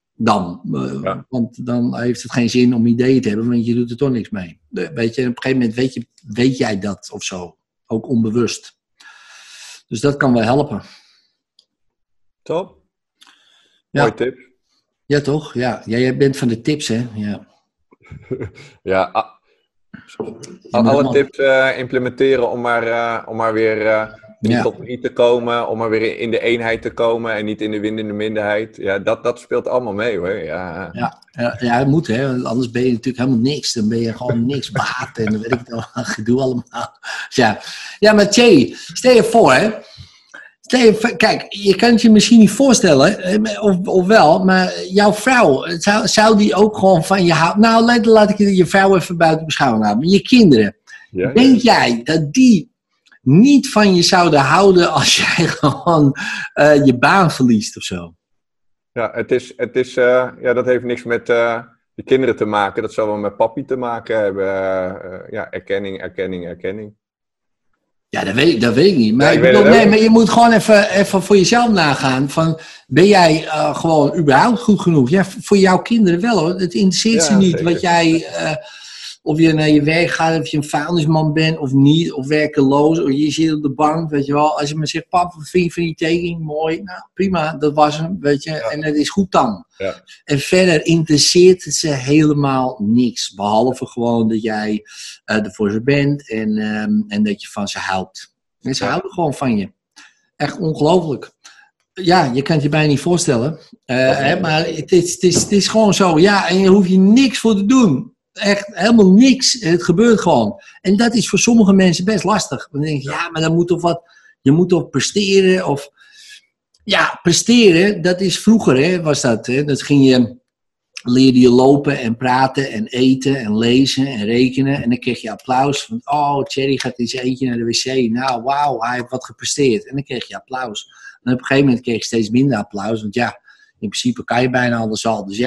Want dan heeft het geen zin om ideeën te hebben, want je doet er toch niks mee. Weet je, op een gegeven moment weet jij dat of zo. Ook onbewust. Dus dat kan wel helpen. Top. Ja. Mooi tip. Ja, toch? Ja, jij bent van de tips, hè? Ja. Ja, Alle tips implementeren om maar weer in die top 3 te komen, om maar weer in de eenheid te komen en niet in de winnende minderheid. Ja, dat speelt allemaal mee hoor. Ja, het moet hè, want anders ben je natuurlijk helemaal niks. Dan ben je gewoon niks baat en dan weet ik nog gedoe allemaal. Ja, maar Thierry, stel je voor hè. Kijk, je kan het je misschien niet voorstellen, of wel, maar jouw vrouw, zou die ook gewoon van je houden? Nou, laat ik je vrouw even buiten beschouwing houden. Je kinderen, denk jij dat die niet van je zouden houden als jij gewoon je baan verliest of zo? Ja, dat heeft niks met de kinderen te maken. Dat zal wel met papi te maken hebben. Erkenning. Ja, dat weet ik niet. Maar, maar je moet gewoon even voor jezelf nagaan. Van, ben jij gewoon überhaupt goed genoeg? Ja, voor jouw kinderen wel hoor. Het interesseert ze niet wat jij... of je naar je werk gaat, of je een vuilnisman bent of niet, of werkeloos, of je zit op de bank, weet je wel. Als je me zegt, pap, wat vind je van die tekening? Mooi, nou prima, dat was hem, weet je. En het is goed dan. Ja. En verder interesseert het ze helemaal niks. Behalve gewoon dat jij er voor ze bent en dat je van ze houdt. En ze houden gewoon van je. Echt ongelooflijk. Ja, je kan het je bijna niet voorstellen. Maar het is gewoon zo. Ja, en je hoeft je niks voor te doen. Echt helemaal niks. Het gebeurt gewoon. En dat is voor sommige mensen best lastig. Dan denk je, maar dan moet toch wat... Je moet toch presteren of... Ja, presteren, dat is vroeger, hè, was dat. Hè? Dat leerde je lopen en praten en eten en lezen en rekenen. En dan kreeg je applaus. Van, oh, Thierry gaat eens eentje naar de wc. Nou, wauw, hij heeft wat gepresteerd. En dan kreeg je applaus. En op een gegeven moment kreeg je steeds minder applaus. Want ja, in principe kan je bijna alles al. Dus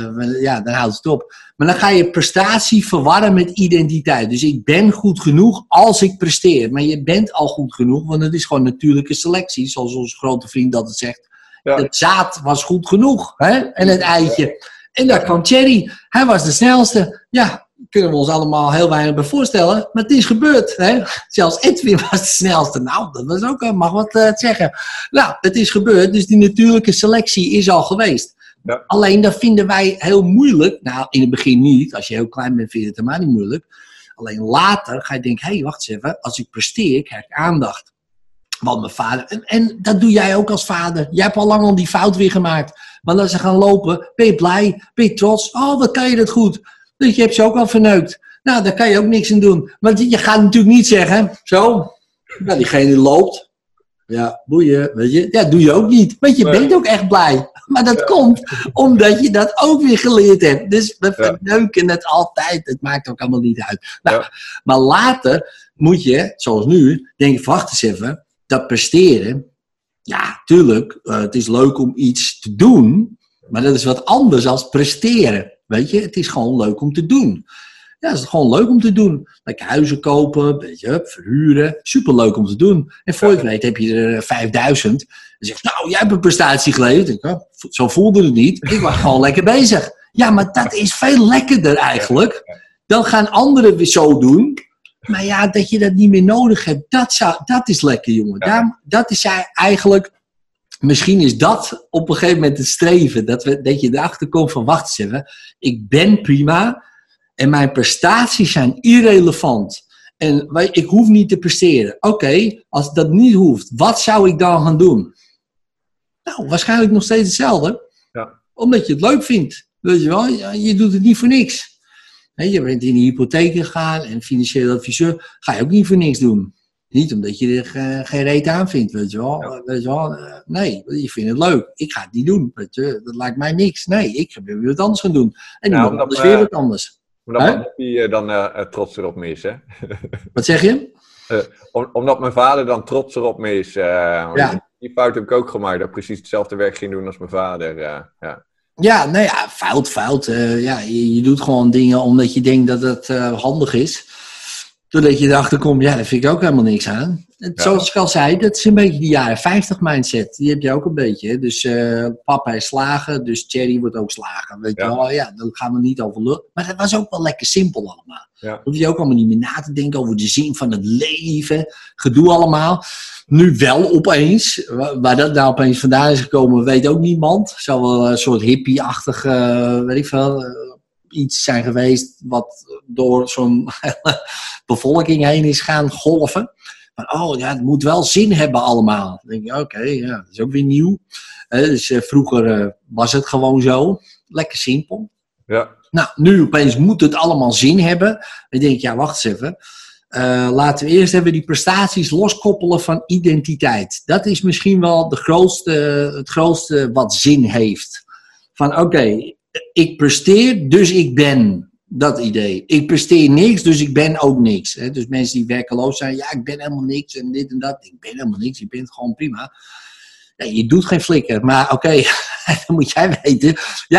dan houdt het op. Maar dan ga je prestatie verwarren met identiteit. Dus ik ben goed genoeg als ik presteer. Maar je bent al goed genoeg, want het is gewoon natuurlijke selectie. Zoals onze grote vriend altijd zegt. Ja. Het zaad was goed genoeg. Hè? En het eitje. En daar kwam Thierry. Hij was de snelste. Ja, kunnen we ons allemaal heel weinig bij voorstellen. Maar het is gebeurd. Hè? Zelfs Edwin was de snelste. Nou, dat was ook, mag wat zeggen. Nou, het is gebeurd. Dus die natuurlijke selectie is al geweest. Ja. Alleen dat vinden wij heel moeilijk. Nou, in het begin niet. Als je heel klein bent, vind je het helemaal niet moeilijk. Alleen later ga je denken, hé, wacht eens even. Als ik presteer, krijg ik aandacht. Want mijn vader... En dat doe jij ook als vader. Jij hebt al lang al die fout weer gemaakt. Want als ze gaan lopen, ben je blij, ben je trots. Oh, wat kan je dat goed. Dus je hebt ze ook al verneukt. Nou, daar kan je ook niks aan doen. Want je gaat natuurlijk niet zeggen, zo, nou, diegene loopt. Ja, boeien, weet je. Ja, doe je ook niet. Want je bent ook echt blij. Maar dat komt omdat je dat ook weer geleerd hebt. Dus we verneuken het altijd. Het maakt ook allemaal niet uit. Nou, maar later moet je, zoals nu, denk je, wacht eens even. Dat presteren, ja, tuurlijk, het is leuk om iets te doen. Maar dat is wat anders dan presteren. Weet je, het is gewoon leuk om te doen. Ja, het is gewoon leuk om te doen. Lekker huizen kopen, beetje verhuren. Superleuk om te doen. En voor je het weet heb je er 5000. En zeg je, nou, jij hebt een prestatie geleverd. Zo voelde het niet. Ik was gewoon lekker bezig. Ja, maar dat is veel lekkerder eigenlijk. Dan gaan anderen weer zo doen. Maar ja, dat je dat niet meer nodig hebt, dat is lekker, jongen. Ja. Dat is eigenlijk... Misschien is dat op een gegeven moment het streven. Dat je erachter komt van, wacht eens even. Ik ben prima. En mijn prestaties zijn irrelevant. En ik hoef niet te presteren. Oké, als dat niet hoeft, wat zou ik dan gaan doen? Nou, waarschijnlijk nog steeds hetzelfde. Ja. Omdat je het leuk vindt. Weet je wel, je doet het niet voor niks. Je bent in de hypotheek gegaan en financieel adviseur. Ga je ook niet voor niks doen. Niet omdat je er geen reet aan vindt, weet je wel. Ja. Weet je wel. Nee, je vindt het leuk. Ik ga het niet doen. Weet je. Dat lijkt mij niks. Nee, ik ga weer wat anders gaan doen. En iemand anders weer wat anders. Omdat hij dan trots erop me is, hè? Wat zeg je? Omdat mijn vader dan trots erop me is. Die fout heb ik ook gemaakt. Dat ik precies hetzelfde werk ging doen als mijn vader. Ja, nou ja, fout. Je doet gewoon dingen omdat je denkt dat het handig is. Doordat je erachter komt, ja, daar vind ik ook helemaal niks aan. Zoals ik al zei, dat is een beetje die jaren 50 mindset. Die heb je ook een beetje. Hè? Dus papa is slager, dus Thierry wordt ook slager. Weet je wel, ja, daar gaan we niet over lullen. Maar dat was ook wel lekker simpel allemaal. Ja. Hoef je ook allemaal niet meer na te denken over de zin van het leven. Gedoe allemaal. Nu wel opeens. Waar dat nou opeens vandaan is gekomen, weet ook niemand. Zal wel een soort hippie-achtig, weet ik veel... iets zijn geweest wat door zo'n bevolking heen is gaan golven. Van, het moet wel zin hebben allemaal. Dan denk je, oké, dat is ook weer nieuw. Dus vroeger was het gewoon zo. Lekker simpel. Ja. Nou, nu opeens moet het allemaal zin hebben. Dan denk je, wacht eens even. Laten we eerst even die prestaties loskoppelen van identiteit. Dat is misschien wel het grootste wat zin heeft. Van oké, ik presteer, dus ik ben. Dat idee. Ik presteer niks, dus ik ben ook niks. Hè? Dus mensen die werkeloos zijn, ik ben helemaal niks en dit en dat. Ik ben helemaal niks, je bent gewoon prima. Ja, je doet geen flikker, maar oké, dat moet jij weten.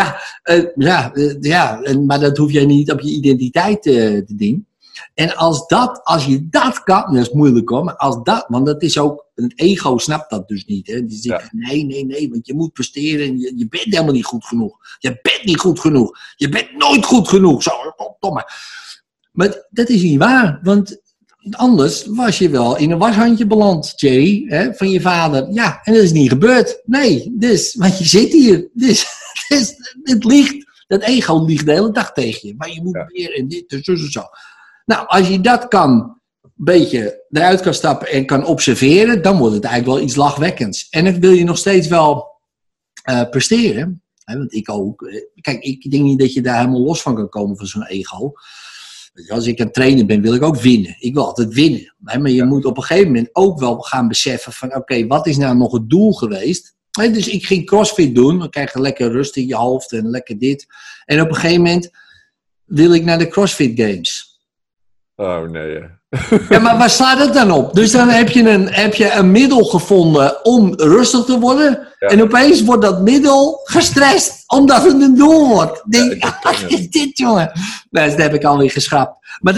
Maar dat hoef jij niet op je identiteit te doen. En als je dat kan, dat is moeilijk hoor, maar want dat is ook, het ego snapt dat dus niet. Hè? Die zegt, nee, want je moet presteren en je bent helemaal niet goed genoeg. Je bent niet goed genoeg. Je bent nooit goed genoeg. Zo, domme. Maar dat is niet waar, want anders was je wel in een washandje beland, Thierry, hè, van je vader. Ja, en dat is niet gebeurd. Nee, want je zit hier. Dus het liegt, dat ego liegt de hele dag tegen je. Maar je moet weer en dit en zo. Nou, als je dat een beetje eruit kan stappen en kan observeren, dan wordt het eigenlijk wel iets lachwekkends. En dan wil je nog steeds wel presteren. Hè, want ik ook. Kijk, ik denk niet dat je daar helemaal los van kan komen van zo'n ego. Als ik een trainer ben, wil ik ook winnen. Ik wil altijd winnen. Hè, maar je moet op een gegeven moment ook wel gaan beseffen van oké, wat is nou nog het doel geweest? Hè, dus ik ging CrossFit doen. Dan krijg je lekker rust in je hoofd en lekker dit. En op een gegeven moment wil ik naar de CrossFit Games. Oh nee. Ja, maar waar slaat het dan op? Dus dan heb je een middel gevonden om rustig te worden. Ja. En opeens wordt dat middel gestrest omdat het een doel wordt. Wat is dit, jongen? Nou, dat heb ik alweer geschrapt. Maar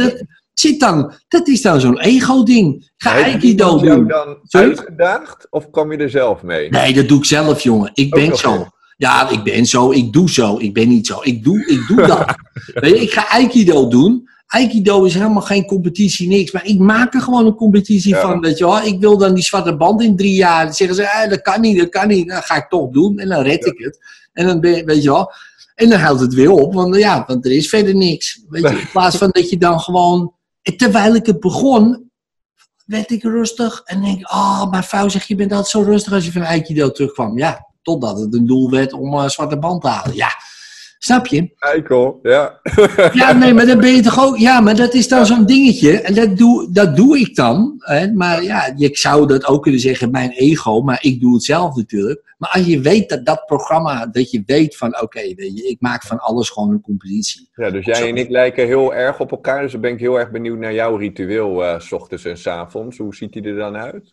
dat is dan zo'n ego-ding. Ga Aikido doen. Heb je jou dan uitgedaagd of kwam je er zelf mee? Nee, dat doe ik zelf, jongen. Ik ben zo. Ja, ik ben zo. Ik doe zo. Ik ben niet zo. Ik doe dat. Weet je, ik ga Aikido doen. Aikido is helemaal geen competitie, niks. Maar ik maak er gewoon een competitie van. Weet je wel. Ik wil dan die zwarte band in 3 jaar. Dan zeggen ze, dat kan niet. Dan ga ik toch doen. En dan red ik het. En dan weet je wel. En dan houdt het weer op. Want er is verder niks. Weet je, in plaats van dat je dan gewoon... Terwijl ik het begon, werd ik rustig. En denk ik, mijn vrouw zegt, je bent altijd zo rustig als je van Aikido terugkwam. Ja, totdat het een doel werd om zwarte band te halen. Ja. Snap je? Eikel, ja. Ja, nee, maar dan ben je toch ook... Ja, maar dat is dan zo'n dingetje. En dat doe ik dan. Hè? Maar ja, je zou dat ook kunnen zeggen, mijn ego. Maar ik doe het zelf natuurlijk. Maar als je weet dat programma... Dat je weet van, oké, ik maak van alles gewoon een compositie. Ja, dus jij en ik lijken heel erg op elkaar. Dus dan ben ik heel erg benieuwd naar jouw ritueel... 's ochtends en 's avonds. Hoe ziet die er dan uit?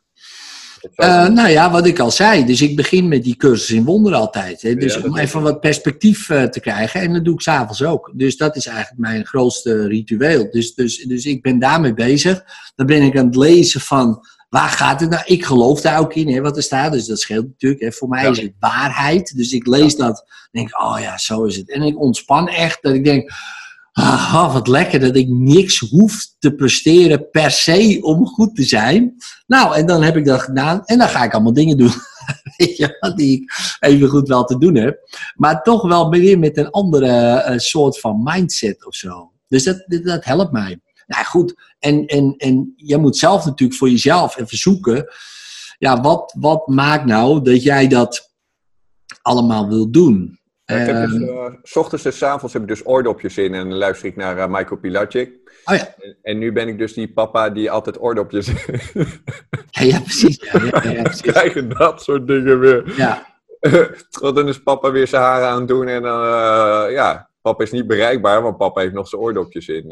Wat ik al zei. Dus ik begin met die cursus in wonderen altijd. Hè. Dus om even wat perspectief te krijgen. En dat doe ik 's avonds ook. Dus dat is eigenlijk mijn grootste ritueel. Dus ik ben daarmee bezig. Dan ben ik aan het lezen van... Waar gaat het nou? Ik geloof daar ook in, hè, wat er staat. Dus dat scheelt natuurlijk. Hè. Voor mij is het waarheid. Dus ik lees dat. En denk zo is het. En ik ontspan echt. Dat ik denk... wat lekker dat ik niks hoef te presteren per se om goed te zijn. Nou, en dan heb ik dat gedaan. En dan ga ik allemaal dingen doen. Weet je, die ik even goed wel te doen heb. Maar toch wel weer met een andere soort van mindset of zo. Dus dat helpt mij. Nou goed, en je moet zelf natuurlijk voor jezelf even zoeken. Ja, wat maakt nou dat jij dat allemaal wil doen? Ik heb dus, 's ochtends en 's avonds heb ik dus oordopjes in en dan luister ik naar Michael Pilacic. Oh ja. En nu ben ik dus die papa die altijd oordopjes Ja, precies. Ja, precies. Krijgen dat soort dingen weer. Ja. Want dan is papa weer zijn haren aan het doen en dan, papa is niet bereikbaar, want papa heeft nog zijn oordopjes in.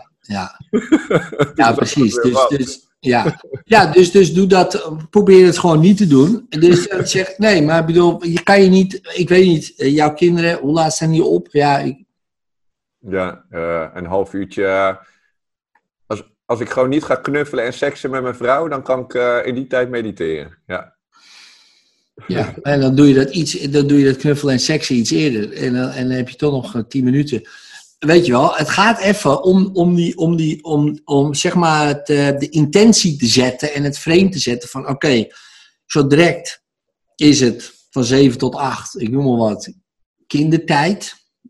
Ja, precies. Dus doe dat, probeer het gewoon niet te doen. Dus zeg, nee, maar ik bedoel, je kan je niet, ik weet niet, jouw kinderen, hoe laat staan die op? Een half uurtje. Als ik gewoon niet ga knuffelen en seksen met mijn vrouw, dan kan ik in die tijd mediteren. Ja, en dan doe je dat knuffelen en seksen iets eerder. En dan heb je toch nog 10 minuten. Weet je wel, het gaat even om zeg maar de intentie te zetten en het frame te zetten van oké, zo direct is het van 7 tot 8, ik noem maar wat, kindertijd.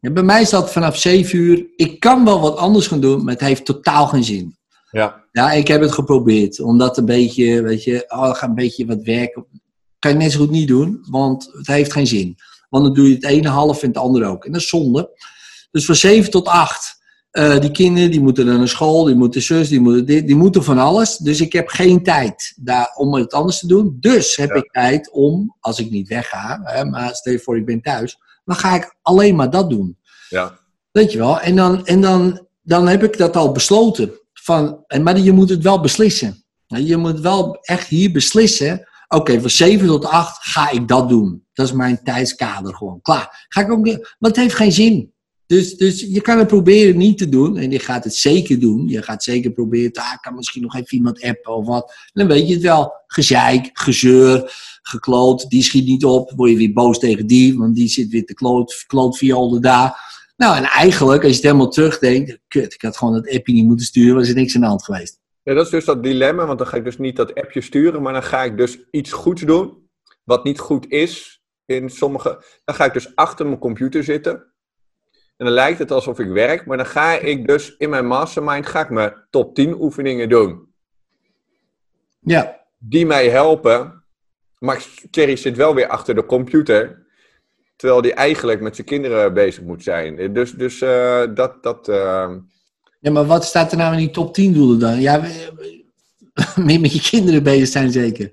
Ja, bij mij is dat vanaf 7 uur. Ik kan wel wat anders gaan doen, maar het heeft totaal geen zin. Ja. Ja, ik heb het geprobeerd. Omdat een beetje, weet je, ga een beetje wat werken. Kan je net zo goed niet doen, want het heeft geen zin. Want dan doe je het ene half en het andere ook. En dat is zonde. Dus van 7 tot 8. Die kinderen, die moeten naar school, die moeten zus, die moeten dit, die moeten van alles. Dus ik heb geen tijd om het anders te doen. Dus heb ik tijd om, als ik niet wegga, maar stel je voor ik ben thuis, dan ga ik alleen maar dat doen. Ja. Weet je wel? En dan heb ik dat al besloten. Maar je moet het wel beslissen. Je moet wel echt hier beslissen. Oké, van 7 tot 8 ga ik dat doen. Dat is mijn tijdskader gewoon. Klaar. Ga ik ook, maar het heeft geen zin. Dus je kan het proberen niet te doen. En je gaat het zeker doen. Je gaat zeker proberen. Ik kan misschien nog even iemand appen of wat. Dan weet je het wel. Gezeik, gezeur, gekloot. Die schiet niet op. Word je weer boos tegen die. Want die zit weer te klootviolen daar. Nou, en eigenlijk, als je het helemaal terugdenkt. Kut, ik had gewoon dat appje niet moeten sturen. Was er niks aan de hand geweest. Ja, dat is dus dat dilemma. Want dan ga ik dus niet dat appje sturen. Maar dan ga ik dus iets goeds doen. Wat niet goed is. Dan ga ik dus achter mijn computer zitten. En dan lijkt het alsof ik werk, maar dan ga ik dus in mijn mastermind mijn top 10 oefeningen doen. Ja. Die mij helpen. Maar Thierry zit wel weer achter de computer. Terwijl hij eigenlijk met zijn kinderen bezig moet zijn. Dus dat... Ja, maar wat staat er nou in die top 10 doelen dan? Ja, meer met je kinderen bezig zijn zeker.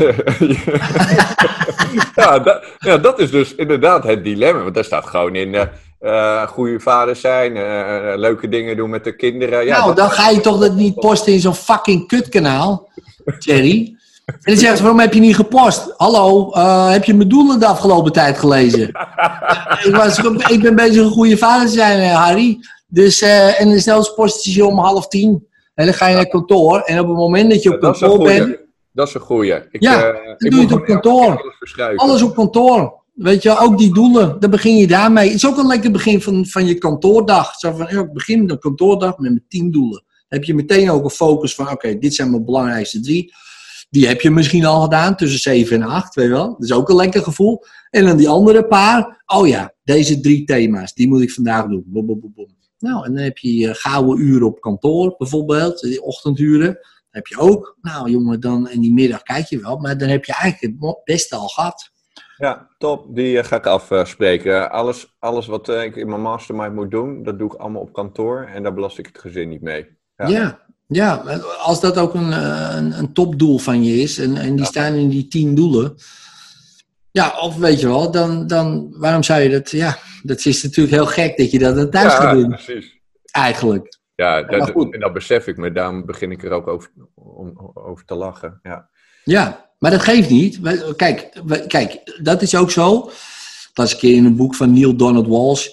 Dat is dus inderdaad het dilemma. Want daar staat gewoon in... goede vader zijn, leuke dingen doen met de kinderen. Ja, nou, dan ga je toch dat niet posten in zo'n fucking kutkanaal, Thierry. En dan zeggen ze, waarom heb je niet gepost? Hallo, heb je mijn doelen de afgelopen tijd gelezen? Ik ben bezig een goede vader te zijn, Harry. Dus, en dan snel posten ze je om 9:30. En dan ga je naar kantoor. En op het moment dat je op kantoor bent... Dat is een goeie. Dan doe je het op kantoor. Alles op kantoor. Weet je, ook die doelen, dan begin je daarmee. Het is ook een lekker begin van je kantoordag. Zo van, ik begin de kantoordag met mijn 10 doelen. Dan heb je meteen ook een focus van, oké, dit zijn mijn belangrijkste 3. Die heb je misschien al gedaan, tussen 7 en 8, weet je wel. Dat is ook een lekker gevoel. En dan die andere paar, deze 3 thema's, die moet ik vandaag doen. Boom, boom, boom, boom. Nou, en dan heb je gouden uren op kantoor, bijvoorbeeld, die ochtenduren. heb je ook. Nou jongen, dan in die middag kijk je wel. Maar dan heb je eigenlijk het beste al gehad. Ja, top. Die ga ik afspreken. Alles wat ik in mijn mastermind moet doen, dat doe ik allemaal op kantoor. En daar belast ik het gezin niet mee. Ja, als dat ook een topdoel van je is. En die staan in die 10 doelen. Ja, of weet je wel, dan waarom zou je dat... Ja, dat is natuurlijk heel gek dat je dat dan thuis gaat doen. Ja, precies. Eigenlijk. Ja, en dat besef ik me. Daarom begin ik er ook over te lachen. Ja, maar dat geeft niet. Kijk, dat is ook zo. Dat was een keer in een boek van Neil Donald Walsh.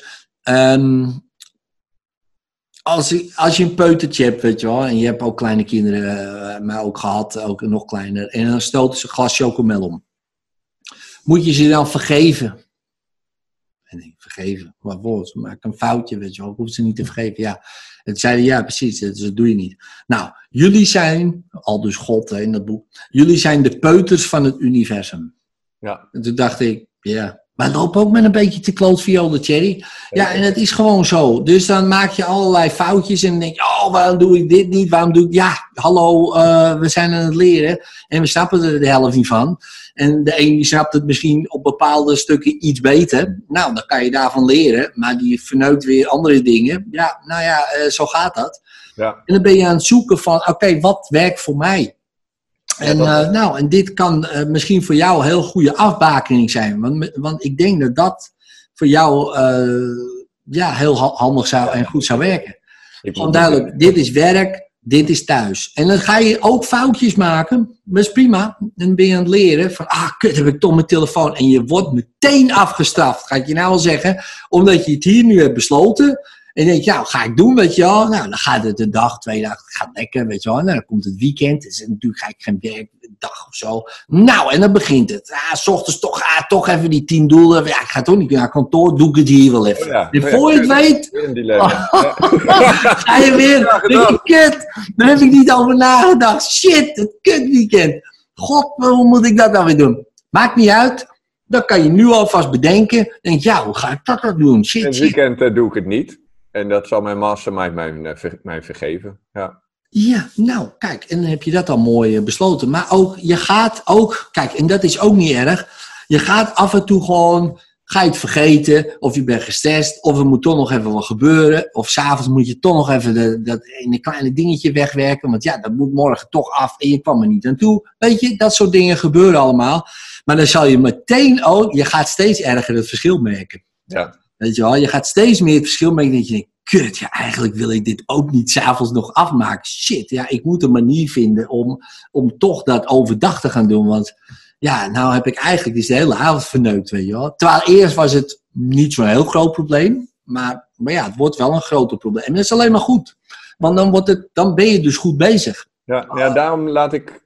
Als je een peutertje hebt, weet je wel, en je hebt ook kleine kinderen, maar ook gehad, ook nog kleiner, en dan stoten ze een glas chocomel om. Moet je ze dan vergeven? En ik vergeven, maar ze maken een foutje, weet je wel, ik hoef ze niet te vergeven. Ja, en zeiden ja, precies, dat doe je niet. Nou, jullie zijn, al dus God in dat boek, jullie zijn de peuters van het universum. Ja. En toen dacht ik, ja. Maar loop ook met een beetje te klootviolen, Thierry. Ja, en het is gewoon zo. Dus dan maak je allerlei foutjes en denk je, oh, waarom doe ik dit niet? Waarom doe ik... Ja, hallo, we zijn aan het leren en we snappen er de helft niet van. En de een die snapt het misschien op bepaalde stukken iets beter. Nou, dan kan je daarvan leren, maar die verneukt weer andere dingen. Ja, nou ja, zo gaat dat. Ja. En dan ben je aan het zoeken van, oké, wat werkt voor mij? En dit kan misschien voor jou een heel goede afbakening zijn. Want ik denk dat dat voor jou heel handig zou en goed zou werken. Gewoon duidelijk, dit is werk, dit is thuis. En dan ga je ook foutjes maken. Dat is prima. Dan ben je aan het leren van, kut, heb ik toch mijn telefoon. En je wordt meteen afgestraft, ga ik je nou wel zeggen. Omdat je het hier nu hebt besloten. En je denkt, ja, wat ga ik doen, weet je wel? Nou, dan gaat het een dag, 2 dagen, het gaat lekker, weet je wel. Nou, dan komt het weekend, dus natuurlijk ga ik geen werkdag of zo. Nou, en dan begint het. 's ochtends toch even die 10 doelen. Ja, ik ga toch niet naar kantoor, doe ik het hier wel even. En voor je het weet, ga je weer, denk je, kut, daar heb ik niet over nagedacht. Shit, het kutweekend. God, waarom moet ik dat nou weer doen? Maakt niet uit. Dan kan je nu alvast bedenken. Denk ja, hoe ga ik dat doen? In Shit, het shit. weekend doe ik het niet. En dat zal mijn mastermind mij vergeven. Ja. Ja, nou, kijk, en dan heb je dat al mooi besloten. Maar ook, je gaat ook, kijk, en dat is ook niet erg. Je gaat af en toe gewoon, ga je het vergeten, of je bent gestrest, of er moet toch nog even wat gebeuren. Of s'avonds moet je toch nog even dat ene kleine dingetje wegwerken, want ja, dat moet morgen toch af en je kwam er niet aan toe. Weet je, dat soort dingen gebeuren allemaal. Maar dan zal je meteen ook, je gaat steeds erger het verschil merken. Ja. Weet je wel, je gaat steeds meer het verschil merken dat je denkt, kut, ja, eigenlijk wil ik dit ook niet 's avonds nog afmaken. Shit, ja, ik moet een manier vinden om toch dat overdag te gaan doen. Want ja, nou heb ik eigenlijk dus de hele avond verneukt, weet je wel. Terwijl eerst was het niet zo'n heel groot probleem. Maar ja, het wordt wel een groter probleem. En dat is alleen maar goed. Want dan ben je dus goed bezig. Ja, daarom laat ik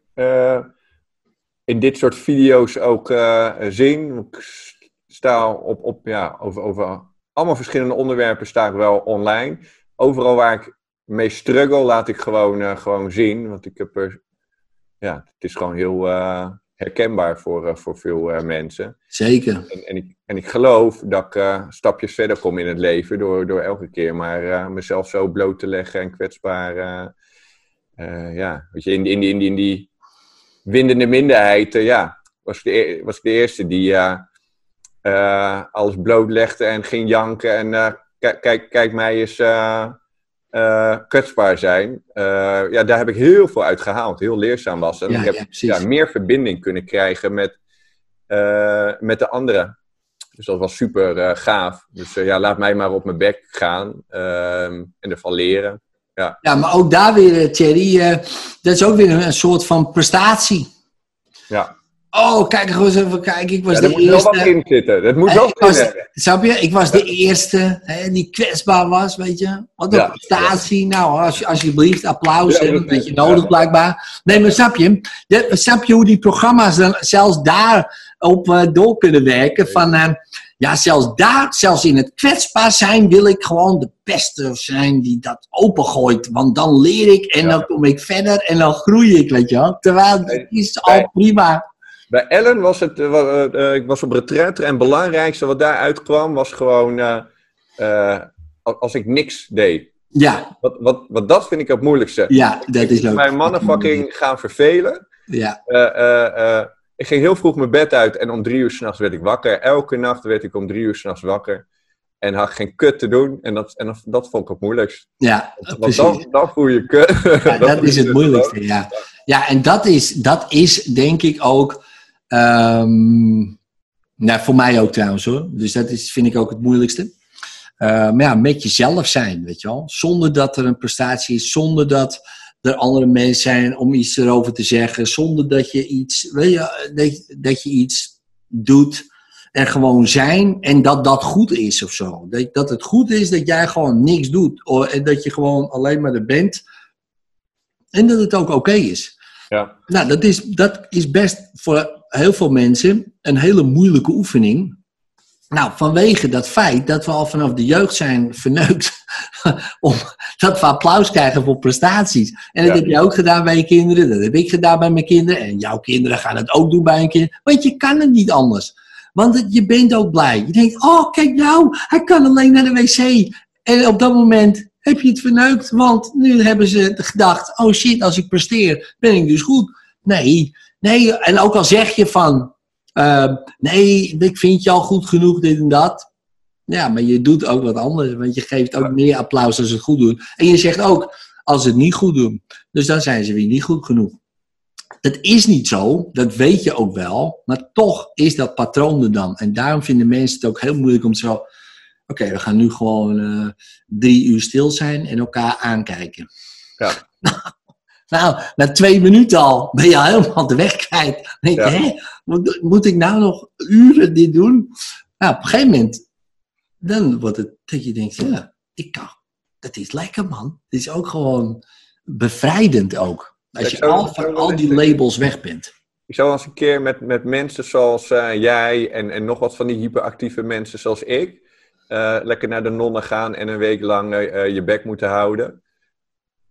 in dit soort video's ook zien. Ik sta over allemaal verschillende onderwerpen sta ik wel online. Overal waar ik mee struggle, laat ik gewoon zien. Want ik heb het is gewoon heel herkenbaar voor veel mensen. Zeker. En ik geloof dat ik stapjes verder kom in het leven door elke keer maar mezelf zo bloot te leggen en kwetsbaar. Weet je, in die windende minderheid, was ik de eerste die alles blootlegde en ging janken en kijk mij eens kwetsbaar zijn. Daar heb ik heel veel uit gehaald. Heel leerzaam was. En ik heb meer verbinding kunnen krijgen met de anderen. Dus dat was super gaaf. Dus laat mij maar op mijn bek gaan en ervan leren. Ja, maar ook daar weer, Thierry, dat is ook weer een soort van prestatie. Ja. Oh, kijk eens even kijken. Ik was de eerste. Er moet wel wat in zitten. Dat moet wel zitten. Snap je? Ik was de eerste die kwetsbaar was, weet je. Wat een prestatie. Nou, alsjeblieft, applaus. Een beetje nodig blijkbaar. Nee, maar snap je hoe die programma's dan zelfs daar op door kunnen werken? Van, zelfs in het kwetsbaar zijn wil ik gewoon de beste zijn die dat opengooit. Want dan leer ik en dan kom ik verder en dan groei ik, weet je wel. Terwijl het is al prima. Bij Ellen was het, ik was op retraite en het belangrijkste wat daar uitkwam was gewoon als ik niks deed. Ja. Wat dat vind ik het moeilijkste. Ja, dat is ook. Mijn motherfucking gaan vervelen. Ja. Ik ging heel vroeg mijn bed uit en om 3 uur 's nachts werd ik wakker. Elke nacht werd ik om 3 uur 's nachts wakker. En had geen kut te doen. En dat vond ik het moeilijkst. Ja, want dan voel je kut. Ja, dat is het moeilijkste, ja. Ja, en dat is denk ik ook... voor mij ook trouwens hoor. Dus dat vind ik ook het moeilijkste. Maar ja, met jezelf zijn, weet je wel. Zonder dat er een prestatie is. Zonder dat er andere mensen zijn om iets erover te zeggen. Zonder dat je iets, weet je, dat je iets doet. En gewoon zijn. En dat goed is of zo. Dat het goed is dat jij gewoon niks doet. En dat je gewoon alleen maar er bent. En dat het ook oké is. Ja. Nou, dat is best voor heel veel mensen een hele moeilijke oefening. Nou, vanwege dat feit dat we al vanaf de jeugd zijn verneukt. Dat we applaus krijgen voor prestaties. En dat heb je ook gedaan bij je kinderen. Dat heb ik gedaan bij mijn kinderen. En jouw kinderen gaan het ook doen bij een kind. Want je kan het niet anders. Want je bent ook blij. Je denkt, oh kijk nou, hij kan alleen naar de wc. En op dat moment heb je het verneukt. Want nu hebben ze gedacht, oh shit, als ik presteer, ben ik dus goed. Nee. En ook al zeg je van, nee, ik vind je al goed genoeg, dit en dat. Ja, maar je doet ook wat anders. Want je geeft ook meer applaus als ze het goed doen. En je zegt ook, als ze het niet goed doen. Dus dan zijn ze weer niet goed genoeg. Dat is niet zo, dat weet je ook wel. Maar toch is dat patroon er dan. En daarom vinden mensen het ook heel moeilijk om zo... Oké, we gaan nu gewoon 3 uur stil zijn en elkaar aankijken. Ja. Nou, na 2 minuten al ben je helemaal de weg kwijt. Dan denk je, moet ik nou nog uren dit doen? Nou, op een gegeven moment, dan wordt het dat je denkt, ja, ik kan. Dat is lekker, man. Het is ook gewoon bevrijdend ook. Als je van al die labels weg bent. Ik zou eens een keer met mensen zoals jij en nog wat van die hyperactieve mensen zoals ik... lekker naar de nonnen gaan en een week lang je bek moeten houden.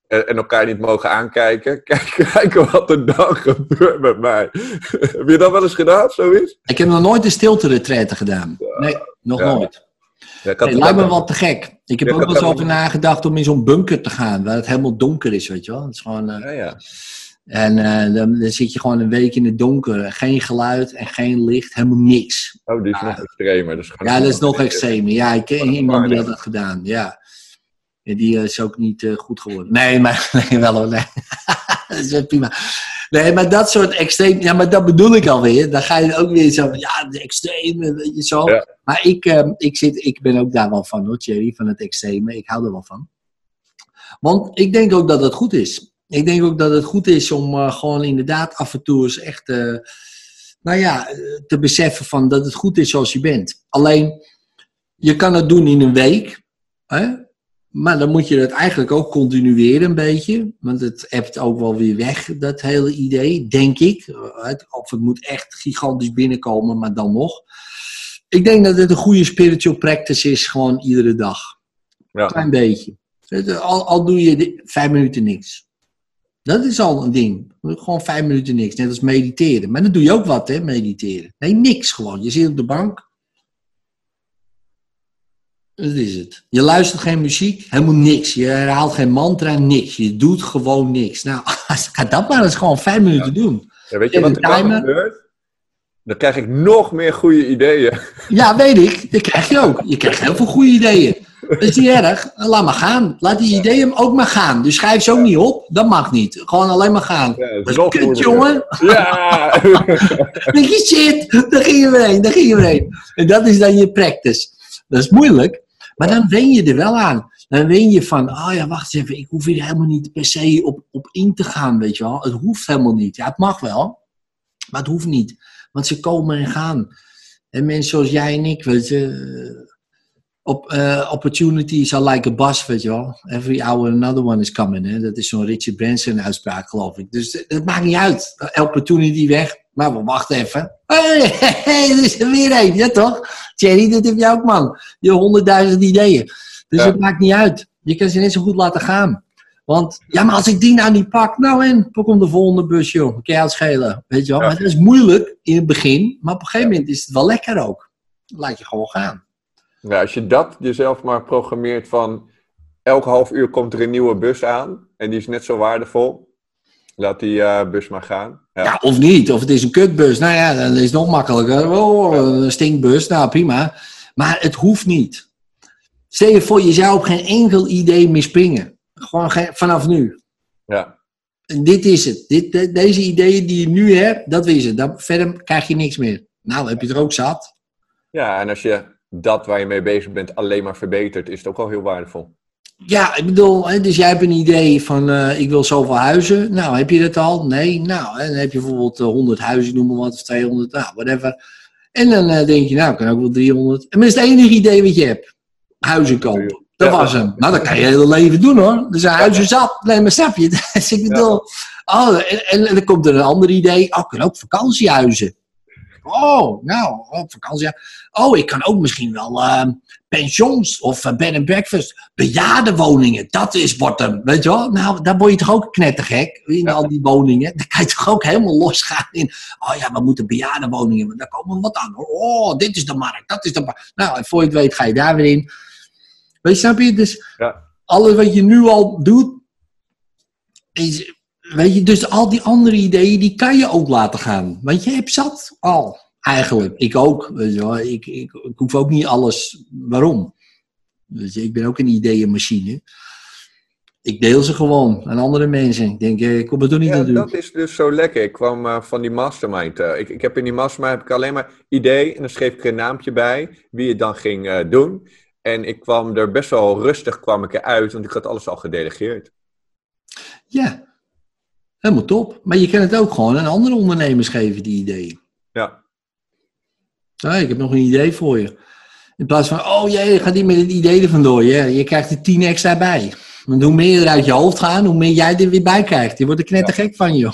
en elkaar niet mogen aankijken. Kijken wat er dan gebeurt met mij. Heb je dat wel eens gedaan, zoiets? Ik heb nog nooit een stilte-retraite gedaan. Nee, nog nooit. Ja, Het lijkt me wel te gek. Ik heb ook wel eens over nagedacht om in zo'n bunker te gaan, waar het helemaal donker is, weet je wel. Het is gewoon, En dan zit je gewoon een week in het donker. Geen geluid en geen licht, helemaal niks. Oh, die is nog extremer. Dat is nog extremer. Ja, ik ken iemand die had dat gedaan, ja. En die is ook niet goed geworden. Nee, wel hoor, nee. Dat is prima. Nee, maar dat soort extreem... Ja, maar dat bedoel ik alweer. Dan ga je ook weer zo van, ja, de extreme, weet je zo. Ja. Maar ik ben ook daar wel van, hoor, Thierry, van het extreme. Ik hou er wel van. Want ik denk ook dat het goed is. Ik denk ook dat het goed is om gewoon inderdaad af en toe eens echt... te beseffen van dat het goed is zoals je bent. Alleen, je kan het doen in een week, hè? Maar dan moet je het eigenlijk ook continueren een beetje. Want het hebt ook wel weer weg, dat hele idee, denk ik. Of het moet echt gigantisch binnenkomen, maar dan nog. Ik denk dat het een goede spiritual practice is, gewoon iedere dag. Ja. Een klein beetje. Al doe je 5 minuten niks. Dat is al een ding. Gewoon 5 minuten niks, net als mediteren. Maar dan doe je ook wat, hè, mediteren. Nee, niks gewoon. Je zit op de bank. Dat is het. Je luistert geen muziek, helemaal niks. Je herhaalt geen mantra, niks. Je doet gewoon niks. Nou, ga dat maar eens gewoon 5 minuten doen. Ja, weet je wat er dan gebeurt? Dan krijg ik nog meer goede ideeën. Ja, weet ik. Dat krijg je ook. Je krijgt heel veel goede ideeën. Dat is niet erg. Laat maar gaan. Laat die ideeën ook maar gaan. Dus schrijf ze ook niet op. Dat mag niet. Gewoon alleen maar gaan. Ja, dat is kut, jongen. Ja. Denk je, shit. Daar ging je weer heen. En dat is dan je practice. Dat is moeilijk. Maar dan wen je er wel aan. Dan wen je van, oh ja, wacht eens even. Ik hoef hier helemaal niet per se op in te gaan, weet je wel. Het hoeft helemaal niet. Ja, het mag wel. Maar het hoeft niet. Want ze komen en gaan. En mensen zoals jij en ik, weet je... opportunities are like a bus, weet je wel. Every hour another one is coming. Hè? Dat is zo'n Richard Branson uitspraak, geloof ik. Dus het maakt niet uit. Opportunity weg. Maar we wachten even. Hey, er is er weer een. Ja toch? Thierry, dit heb je ook, man. Je 100.000 ideeën. Dus het maakt niet uit. Je kan ze net zo goed laten gaan. Want, ja, maar als ik die nou niet pak, nou en, dan komt de volgende bus, joh. Kan je uitschelen, weet je wel. Maar het is moeilijk in het begin. Maar op een gegeven moment is het wel lekker ook. Dan laat je gewoon gaan. Ja, als je dat jezelf maar programmeert van... elke half uur komt er een nieuwe bus aan. En die is net zo waardevol. Laat die bus maar gaan. Ja, of niet. Of het is een kutbus. Nou ja, dan is het nog makkelijker. Oh, een stinkbus. Nou, prima. Maar het hoeft niet. Stel je voor, je zou op geen enkel idee meer springen. Gewoon vanaf nu. Ja. En dit is het. Deze ideeën die je nu hebt, dat is het. Verder krijg je niks meer. Nou, heb je er ook zat. Ja, en als je dat waar je mee bezig bent alleen maar verbetert, is het ook al heel waardevol. Ja, ik bedoel, dus jij hebt een idee van ik wil zoveel huizen. Nou, heb je dat al? Nee. Nou, dan heb je bijvoorbeeld 100 huizen, noem maar wat, of 200, nou, whatever. En dan denk je, nou, ik kan ook wel 300. En dat is het enige idee wat je hebt. Huizen kopen. Dat was hem. Nou, dat kan je hele leven doen, hoor. Er zijn huizen zat. Nee, maar snap je? Dus ik bedoel, en dan komt er een ander idee. Oh, ik kan ook vakantiehuizen. Oh, nou, vakantie. Oh, ik kan ook misschien wel pensions of bed and breakfast. Bejaardenwoningen, dat wordt hem. Weet je wel? Nou, daar word je toch ook knettergek in al die woningen. Dan kan je toch ook helemaal losgaan in. Oh ja, we moeten bejaardenwoningen. Daar komen we wat aan. Oh, dit is de markt, dat is de markt. Nou, en voor je het weet ga je daar weer in. Weet je, snap je? Dus alles wat je nu al doet, is... Weet je, dus al die andere ideeën, die kan je ook laten gaan. Want je hebt zat al, eigenlijk. Ik ook, weet je wel. Ik hoef ook niet alles. Waarom? Dus ik ben ook een ideeënmachine. Ik deel ze gewoon aan andere mensen. Ik denk, ik kom het er niet aan doen. Dat is dus zo lekker. Ik kwam van die mastermind. Ik heb in die mastermind heb ik alleen maar idee. En dan schreef ik er een naampje bij, wie het dan ging doen. En ik kwam er best wel rustig eruit, want ik had alles al gedelegeerd. Ja. Helemaal top. Maar je kan het ook gewoon aan andere ondernemers geven, die ideeën. Ja. Nou, ik heb nog een idee voor je. In plaats van, oh jee, gaat die met het idee er vandoor. Je krijgt er 10 extra bij. Want hoe meer er uit je hoofd gaan, hoe meer jij er weer bij krijgt. Je wordt er knettergek van, joh.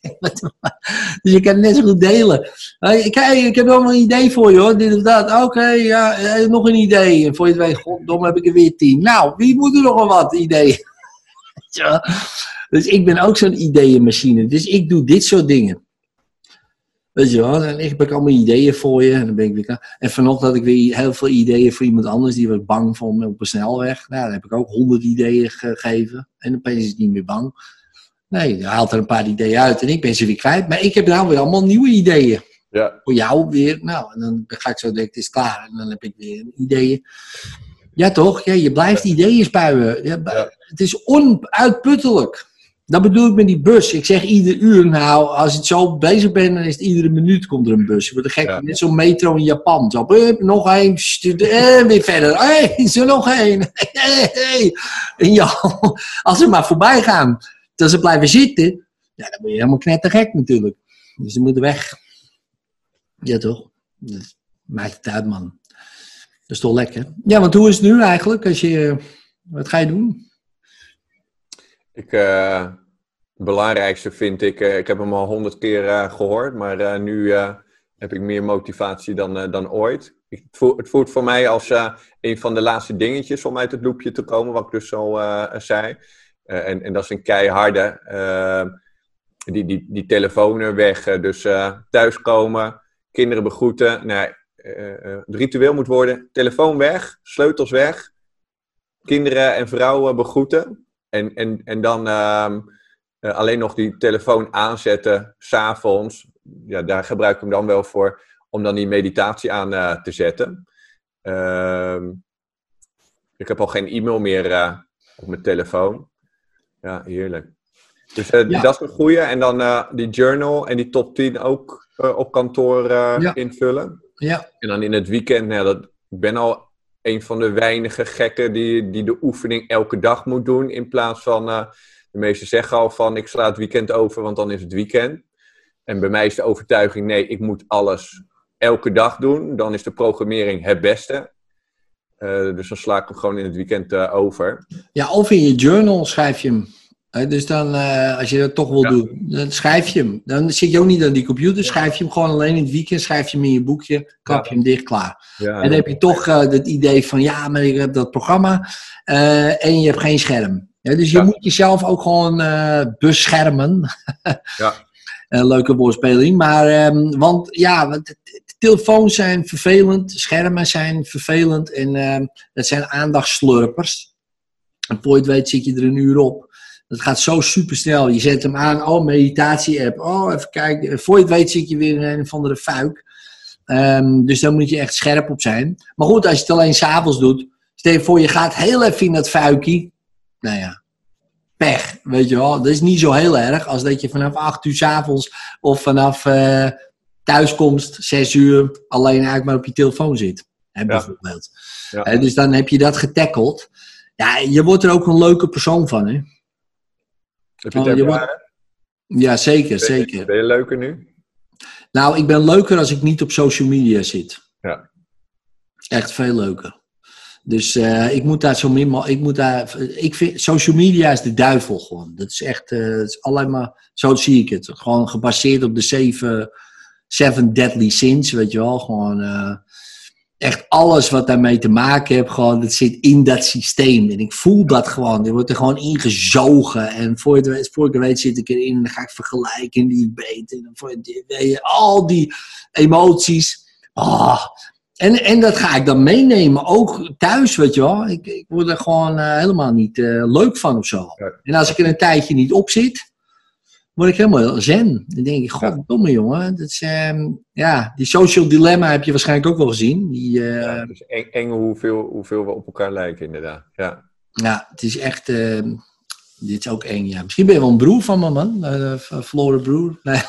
Dus je kan het net zo goed delen. Ik heb wel een idee voor je, hoor. Dit of dat. Oké, nog een idee. En voor je het weet, goddomme, heb ik er weer 10. Nou, wie moet er nog wel wat idee? Ja. Dus ik ben ook zo'n ideeënmachine. Dus ik doe dit soort dingen. Weet je wel, en ik heb allemaal ideeën voor je. En dan ben ik weer klaar. En vanochtend had ik weer heel veel ideeën voor iemand anders. Die was bang voor me op een snelweg. Nou, dan heb ik ook 100 ideeën gegeven. En opeens is het niet meer bang. Nee, hij haalt er een paar ideeën uit. En ik ben ze weer kwijt. Maar ik heb nou weer allemaal nieuwe ideeën. Ja. Voor jou weer. Nou, en dan ga ik zo denken, het is klaar. En dan heb ik weer ideeën. Ja, toch? Ja, je blijft ideeën spuien. Ja, het is onuitputtelijk. Dat bedoel ik met die bus. Ik zeg ieder uur, nou, als ik zo bezig ben, dan is het iedere minuut komt er een bus. Je wordt een gek, net zo'n metro in Japan. Zo, nog één, weer verder. Hey, is er nog één? Hey. En ja, als ze maar voorbij gaan, dat ze blijven zitten, ja, dan ben je helemaal knettergek natuurlijk. Dus ze moeten weg. Ja, toch? Dat maakt het uit, man. Dat is toch lekker. Ja, want hoe is het nu eigenlijk? Wat ga je doen? Het belangrijkste vind ik heb hem al 100 keer gehoord, maar nu heb ik meer motivatie dan ooit. Het voelt voor mij als een van de laatste dingetjes om uit het loopje te komen, wat ik dus al zei. En dat is een keiharde. Die telefoon weg, dus thuiskomen, kinderen begroeten. Nee, het ritueel moet worden, telefoon weg, sleutels weg, kinderen en vrouwen begroeten. En dan alleen nog die telefoon aanzetten, 's avonds. Ja, daar gebruik ik hem dan wel voor, om dan die meditatie aan te zetten. Ik heb al geen e-mail meer op mijn telefoon. Ja, heerlijk. Dus dat is een goeie. En dan die journal en die top 10 ook op kantoor invullen. Ja. En dan in het weekend, ik ben al een van de weinige gekken die de oefening elke dag moet doen. In plaats van, de meesten zeggen al van, ik sla het weekend over, want dan is het weekend. En bij mij is de overtuiging, nee, ik moet alles elke dag doen. Dan is de programmering het beste. Dus dan sla ik hem gewoon in het weekend over. Ja, of in je journal schrijf je hem. Dus dan, als je dat toch wil doen, dan schrijf je hem. Dan zit je ook niet aan die computer, schrijf je hem gewoon alleen in het weekend, schrijf je hem in je boekje, klap je hem dicht, klaar. Ja, en dan heb je toch het idee van, ja, maar ik heb dat programma en je hebt geen scherm. Ja, dus je moet jezelf ook gewoon beschermen. Ja. Leuke woordspeling, maar, want ja, telefoons zijn vervelend, schermen zijn vervelend en dat zijn aandachtslurpers. En voor je het weet zit je er een uur op. Dat gaat zo super snel. Je zet hem aan. Oh, meditatie-app. Oh, even kijken. Voor je het weet zit je weer in een of andere fuik. Dus daar moet je echt scherp op zijn. Maar goed, als je het alleen 's avonds doet. Stel je voor, je gaat heel even in dat fuikie. Nou ja, pech. Weet je wel. Dat is niet zo heel erg. Als dat je vanaf 8 uur 's avonds of vanaf thuiskomst, 6 uur, alleen eigenlijk maar op je telefoon zit. Hè, bijvoorbeeld. Ja. Dus dan heb je dat getackeld. Ja, je wordt er ook een leuke persoon van, hè. Heb je het ervaren? Ja, zeker. Ben je leuker nu? Nou, ik ben leuker als ik niet op social media zit. Ja. Echt veel leuker. Dus ik moet daar zo min mogelijk... Ik vind, social media is de duivel gewoon. Dat is echt... dat is alleen maar... Zo zie ik het. Gewoon gebaseerd op de 7 deadly sins, weet je wel. Gewoon... echt alles wat daarmee te maken heeft, gewoon, dat zit in dat systeem. En ik voel dat gewoon. Je wordt er gewoon ingezogen. En voor ik weet zit ik erin en dan ga ik vergelijken die beter. En al die emoties. Oh. En dat ga ik dan meenemen, ook thuis, weet je wel. Ik word er gewoon helemaal niet leuk van of zo. Ja. En als ik er een tijdje niet op zit, word ik helemaal zen. Dan denk ik, goddomme jongen. Dat is, die social dilemma heb je waarschijnlijk ook wel gezien. Het is eng hoeveel we op elkaar lijken, inderdaad. Ja, het is echt... dit is ook eng, ja. Misschien ben je wel een broer van me, man. Verloren broer. Nee.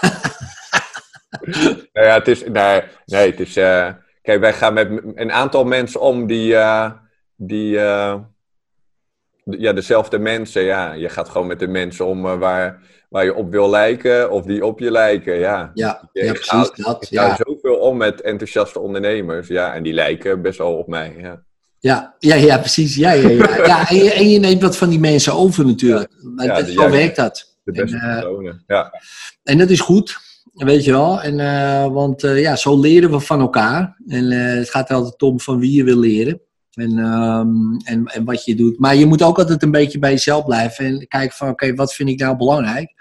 Nou ja, het is... Nee, het is... kijk, wij gaan met een aantal mensen om die dezelfde mensen. Ja, je gaat gewoon met de mensen om waar je op wil lijken of die op je lijken. Ja, precies dat. Ik hou zoveel om met enthousiaste ondernemers. Ja, en die lijken best wel op mij. Ja, precies. Ja, en je neemt wat van die mensen over natuurlijk. Zo werkt dat. De beste personen, ja. En dat is goed, weet je wel. En, want zo leren we van elkaar. En het gaat er altijd om van wie je wil leren. En wat je doet. Maar je moet ook altijd een beetje bij jezelf blijven en kijken van oké, wat vind ik nou belangrijk?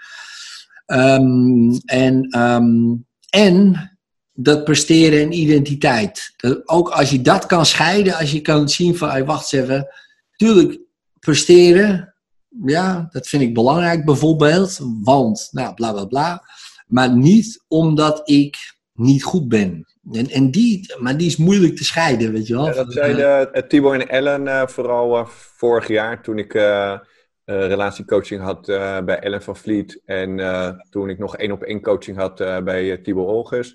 En dat presteren en identiteit. Ook als je dat kan scheiden, als je kan zien van hey, wacht eens even. Tuurlijk, presteren, ja, dat vind ik belangrijk bijvoorbeeld. Want, nou, bla bla bla. Maar niet omdat ik niet goed ben. Maar die is moeilijk te scheiden, weet je wel. Ja, dat zeiden Tibor en Ellen vooral vorig jaar toen ik relatiecoaching had bij Ellen van Vliet. En toen ik nog 1-op-1 coaching had bij Tibor Olgers.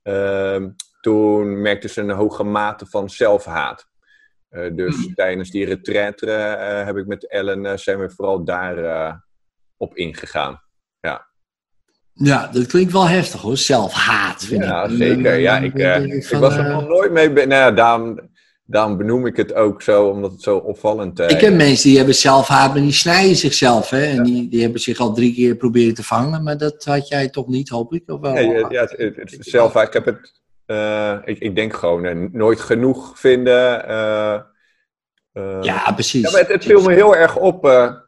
Toen merkte ze een hoge mate van zelfhaat. Dus tijdens die retraite heb ik met Ellen zijn we vooral daar op ingegaan. Ja. Ja, dat klinkt wel heftig hoor, zelfhaat. Ja, zeker. Ja, ik was er nog nooit mee... Nou ja, daarom benoem ik het ook zo, omdat het zo opvallend is. Ik ken mensen die hebben zelfhaat, maar die snijden zichzelf. Hè? En die hebben zich al 3 keer proberen te vangen, maar dat had jij toch niet, hoop ik? Of wel? Ja, het zelfhaat. Ik heb het... ik denk gewoon nooit genoeg vinden. Ja, precies. Ja, maar het viel me heel erg op...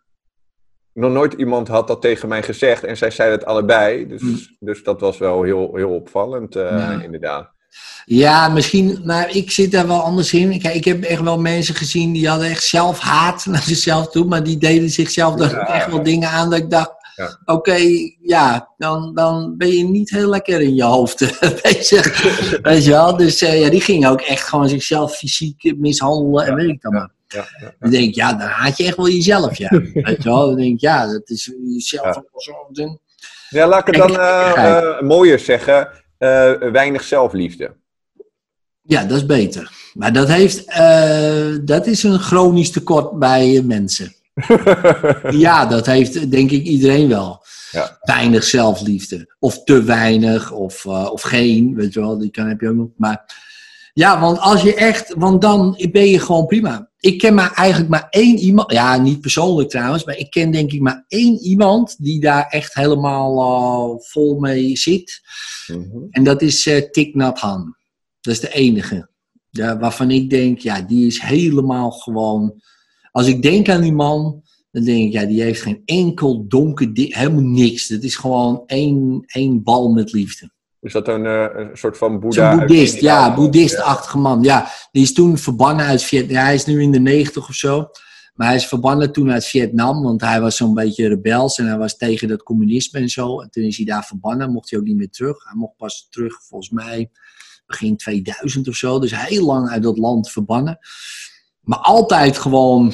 nog nooit iemand had dat tegen mij gezegd en zij zeiden het allebei. Dus dat was wel heel, heel opvallend, inderdaad. Ja, misschien, maar ik zit daar wel anders in. Kijk, ik heb echt wel mensen gezien die hadden echt zelfhaat naar zichzelf toe, maar die deden zichzelf daar ook echt wel dingen aan dat ik dacht, oké, dan ben je niet heel lekker in je hoofd bezig. Weet je wel? Dus die gingen ook echt gewoon zichzelf fysiek mishandelen en weet ik dan maar. Dan denk ik, dan haat je echt wel jezelf, ja. Weet je wel? Dan denk ik, dat is jezelf ook wel zo. Ja, laat ik het dan mooier zeggen. Weinig zelfliefde. Ja, dat is beter. Maar dat is een chronisch tekort bij mensen. Ja, dat heeft denk ik iedereen wel. Ja. Weinig zelfliefde. Of te weinig, of geen, weet je wel, heb je ook nog. Maar ja, want dan ben je gewoon prima. Ik ken eigenlijk maar 1 iemand, ja, niet persoonlijk trouwens, maar ik ken denk ik maar 1 iemand die daar echt helemaal vol mee zit. Mm-hmm. En dat is Thich Nhat Hanh. Dat is de enige. Waarvan ik denk, die is helemaal gewoon... Als ik denk aan die man, dan denk ik, die heeft geen enkel donker ding, helemaal niks. Dat is gewoon één bal met liefde. Is dat een soort van Boeddha? Zo'n boeddhist, boeddhist-achtige man. Ja, die is toen verbannen uit Vietnam. Ja, hij is nu in de 90 of zo. Maar hij is verbannen toen uit Vietnam, want hij was zo'n beetje rebels en hij was tegen dat communisme en zo. En toen is hij daar verbannen, mocht hij ook niet meer terug. Hij mocht pas terug, volgens mij, begin 2000 of zo. Dus heel lang uit dat land verbannen. Maar altijd gewoon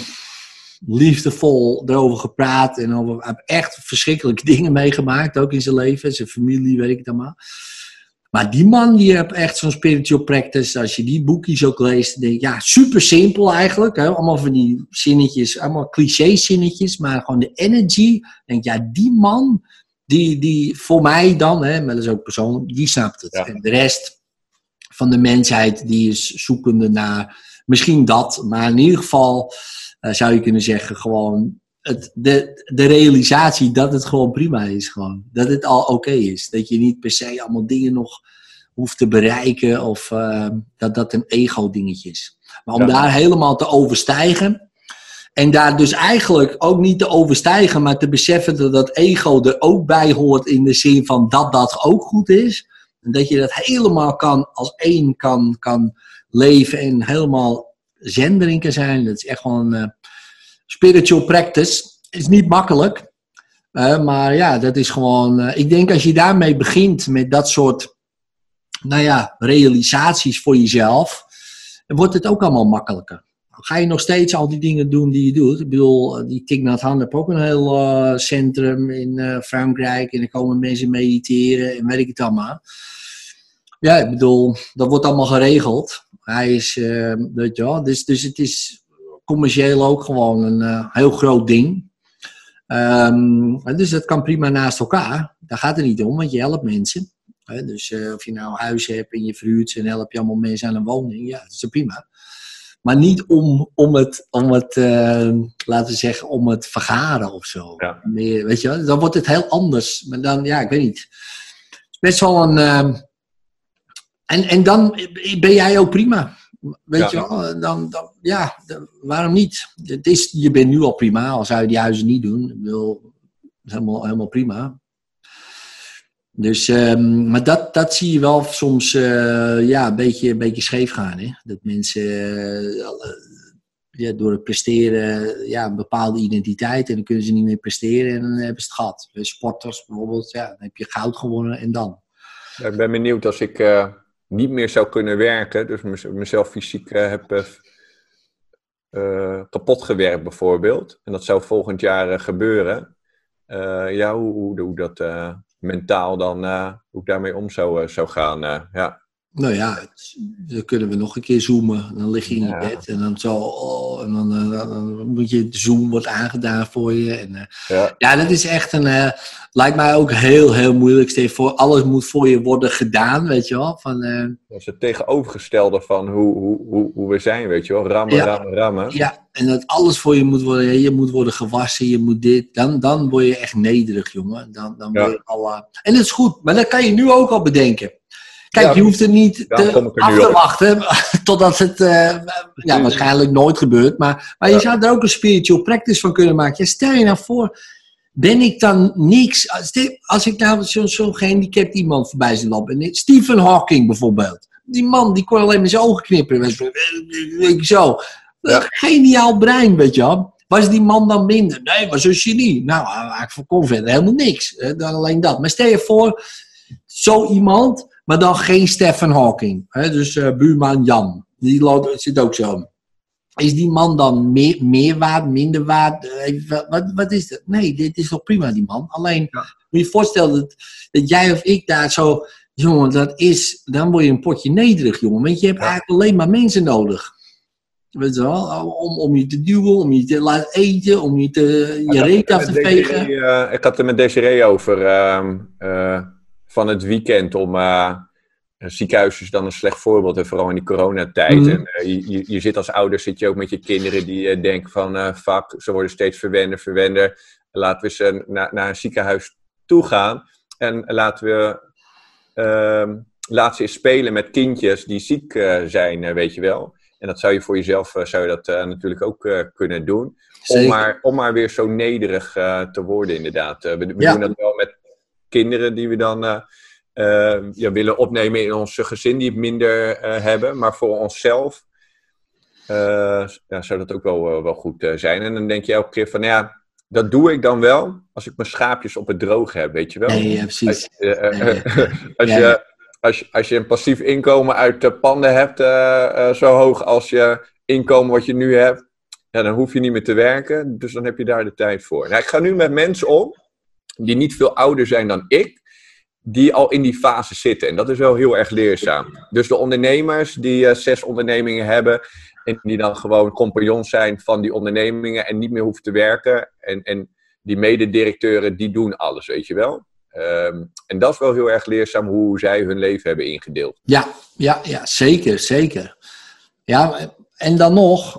liefdevol erover gepraat en hij heeft echt verschrikkelijke dingen meegemaakt, ook in zijn leven, zijn familie, weet ik dan maar. Maar die man, die heeft echt zo'n spiritual practice. Als je die boekjes ook leest, dan denk je, super simpel eigenlijk. Hè? Allemaal van die zinnetjes, allemaal cliché-zinnetjes, maar gewoon de energy. Denk je, die man, die voor mij dan, maar dat is ook persoonlijk, die snapt het. Ja. En de rest van de mensheid, die is zoekende naar misschien dat, maar in ieder geval zou je kunnen zeggen, gewoon de realisatie dat het gewoon prima is. Gewoon. Dat het al oké is. Dat je niet per se allemaal dingen nog hoeft te bereiken of dat een ego-dingetje is. Maar om daar helemaal te overstijgen en daar dus eigenlijk ook niet te overstijgen, maar te beseffen dat dat ego er ook bij hoort in de zin van dat ook goed is. En dat je dat helemaal als één kan leven en helemaal zen kan zijn. Dat is echt gewoon spiritual practice. Het is niet makkelijk. Maar dat is gewoon... ik denk als je daarmee begint met dat soort realisaties voor jezelf, dan wordt het ook allemaal makkelijker. Ga je nog steeds al die dingen doen die je doet. Ik bedoel, die Thich Nhat Hanh heeft ook een heel centrum in Frankrijk. En er komen mensen mediteren en weet ik het allemaal. Ja, ik bedoel, dat wordt allemaal geregeld. Hij is, weet je wel, dus het is commerciëel ook gewoon een heel groot ding. Dus dat kan prima naast elkaar. Daar gaat het niet om, want je helpt mensen. Dus of je nou een huis hebt en je verhuurt en help je allemaal mensen aan een woning. Ja, dat is prima. Maar niet om het laten we zeggen, om het vergaren of zo. Ja. Meer, weet je wel, dan wordt het heel anders. Maar dan, ik weet niet. Het is best wel en dan ben jij ook prima. Weet je wel, dan waarom niet? Je bent nu al prima, al zou je die huizen niet doen. Ik bedoel, dat is helemaal prima. Dus, maar dat zie je wel soms een beetje scheef gaan. Hè? Dat mensen door het presteren een bepaalde identiteit en dan kunnen ze niet meer presteren en dan hebben ze het gehad. Sporters bijvoorbeeld, dan heb je goud gewonnen en dan. Ja, ik ben benieuwd als ik niet meer zou kunnen werken, dus mezelf fysiek heb kapot gewerkt bijvoorbeeld. En dat zou volgend jaar gebeuren. Hoe dat mentaal dan, hoe ik daarmee om zou gaan. Nou ja, dan kunnen we nog een keer zoomen. Dan lig je in je bed en dan dan moet je de Zoom wordt aangedaan voor je. En, dat is echt lijkt mij ook heel, heel moeilijk. Alles moet voor je worden gedaan, weet je wel. Dat is het tegenovergestelde van hoe we zijn, weet je wel. Rammen. Ja, en dat alles voor je moet worden. Je moet worden gewassen, je moet dit. Dan word je echt nederig, jongen. Dan word je en dat is goed, maar dat kan je nu ook al bedenken. Kijk, je hoeft er niet af te wachten totdat het waarschijnlijk nooit gebeurt. Maar je zou er ook een spiritual practice van kunnen maken. Ja, stel je nou voor, ben ik dan niks? Als ik nou zo'n gehandicapt iemand voorbij zie lopen. Stephen Hawking bijvoorbeeld. Die man die kon alleen met zijn ogen knipperen. Zo. Geniaal brein, weet je wel. Was die man dan minder? Nee, was een genie. Nou, ik kon verder helemaal niks. Dan alleen dat. Maar stel je voor, zo iemand... Maar dan geen Stephen Hawking. Hè? Dus buurman Jan. Die zit ook zo. Is die man dan meer waard, minder waard? Wat is dat? Nee, dit is toch prima, die man. Alleen, moet je je voorstellen dat jij of ik daar zo... Jongen, dan word je een potje nederig, jongen. Want je hebt eigenlijk alleen maar mensen nodig. Weet je wel? Om je te duwen, om je te laten eten, om je reet af te vegen. Ik had er met Desiree over... van het weekend om ziekenhuis is dan een slecht voorbeeld, en vooral in die coronatijd. Mm. En je zit als ouder, zit je ook met je kinderen die denken van fuck, ze worden steeds verwender. Laten we ze naar een ziekenhuis toe gaan en laten ze eens spelen met kindjes die ziek zijn, weet je wel. En dat zou je voor jezelf natuurlijk ook kunnen doen. Om maar weer zo nederig te worden, inderdaad. We doen dat wel met kinderen die we dan willen opnemen in ons gezin, die het minder hebben. Maar voor onszelf zou dat ook wel goed zijn. En dan denk je elke keer van, dat doe ik dan wel als ik mijn schaapjes op het droog heb, weet je wel. Nee, precies. Als je een passief inkomen uit panden hebt, zo hoog als je inkomen wat je nu hebt, dan hoef je niet meer te werken. Dus dan heb je daar de tijd voor. Nou, ik ga nu met mensen om die niet veel ouder zijn dan ik, die al in die fase zitten. En dat is wel heel erg leerzaam. Dus de ondernemers die 6 ondernemingen hebben en die dan gewoon compagnons zijn van die ondernemingen en niet meer hoeven te werken. En die mededirecteuren, die doen alles, weet je wel. En dat is wel heel erg leerzaam hoe zij hun leven hebben ingedeeld. Ja, zeker. Ja, en dan nog...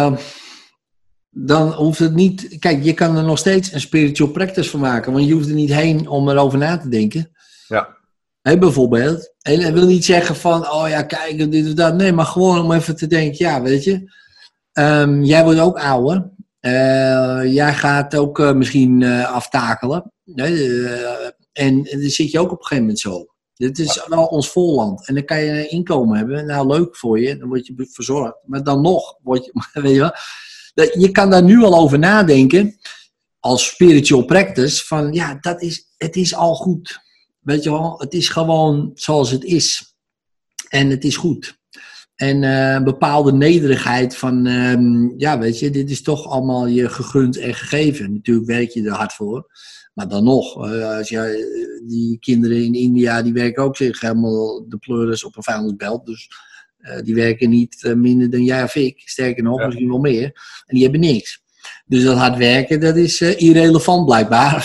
Dan hoeft het niet... Kijk, je kan er nog steeds een spiritual practice van maken. Want je hoeft er niet heen om erover na te denken. Ja. Bijvoorbeeld. En ik wil niet zeggen van... kijk, dit of dat. Nee, maar gewoon om even te denken... weet je... jij wordt ook ouder. Jij gaat ook misschien aftakelen. En dan zit je ook op een gegeven moment zo. Dit is wel ons voorland. En dan kan je een inkomen hebben. Nou, leuk voor je. Dan word je verzorgd. Maar dan nog word je... Weet je wel... Je kan daar nu al over nadenken, als spiritual practice, van het is al goed. Weet je wel, het is gewoon zoals het is. En het is goed. En een bepaalde nederigheid van, weet je, dit is toch allemaal je gegund en gegeven. Natuurlijk werk je er hard voor. Maar dan nog, als die kinderen in India, die werken ook zich helemaal de pleuris op een vuilnisbelt. Dus... die werken niet minder dan jij of ik. Sterker nog, misschien wel meer. En die hebben niks. Dus dat hard werken, dat is irrelevant blijkbaar.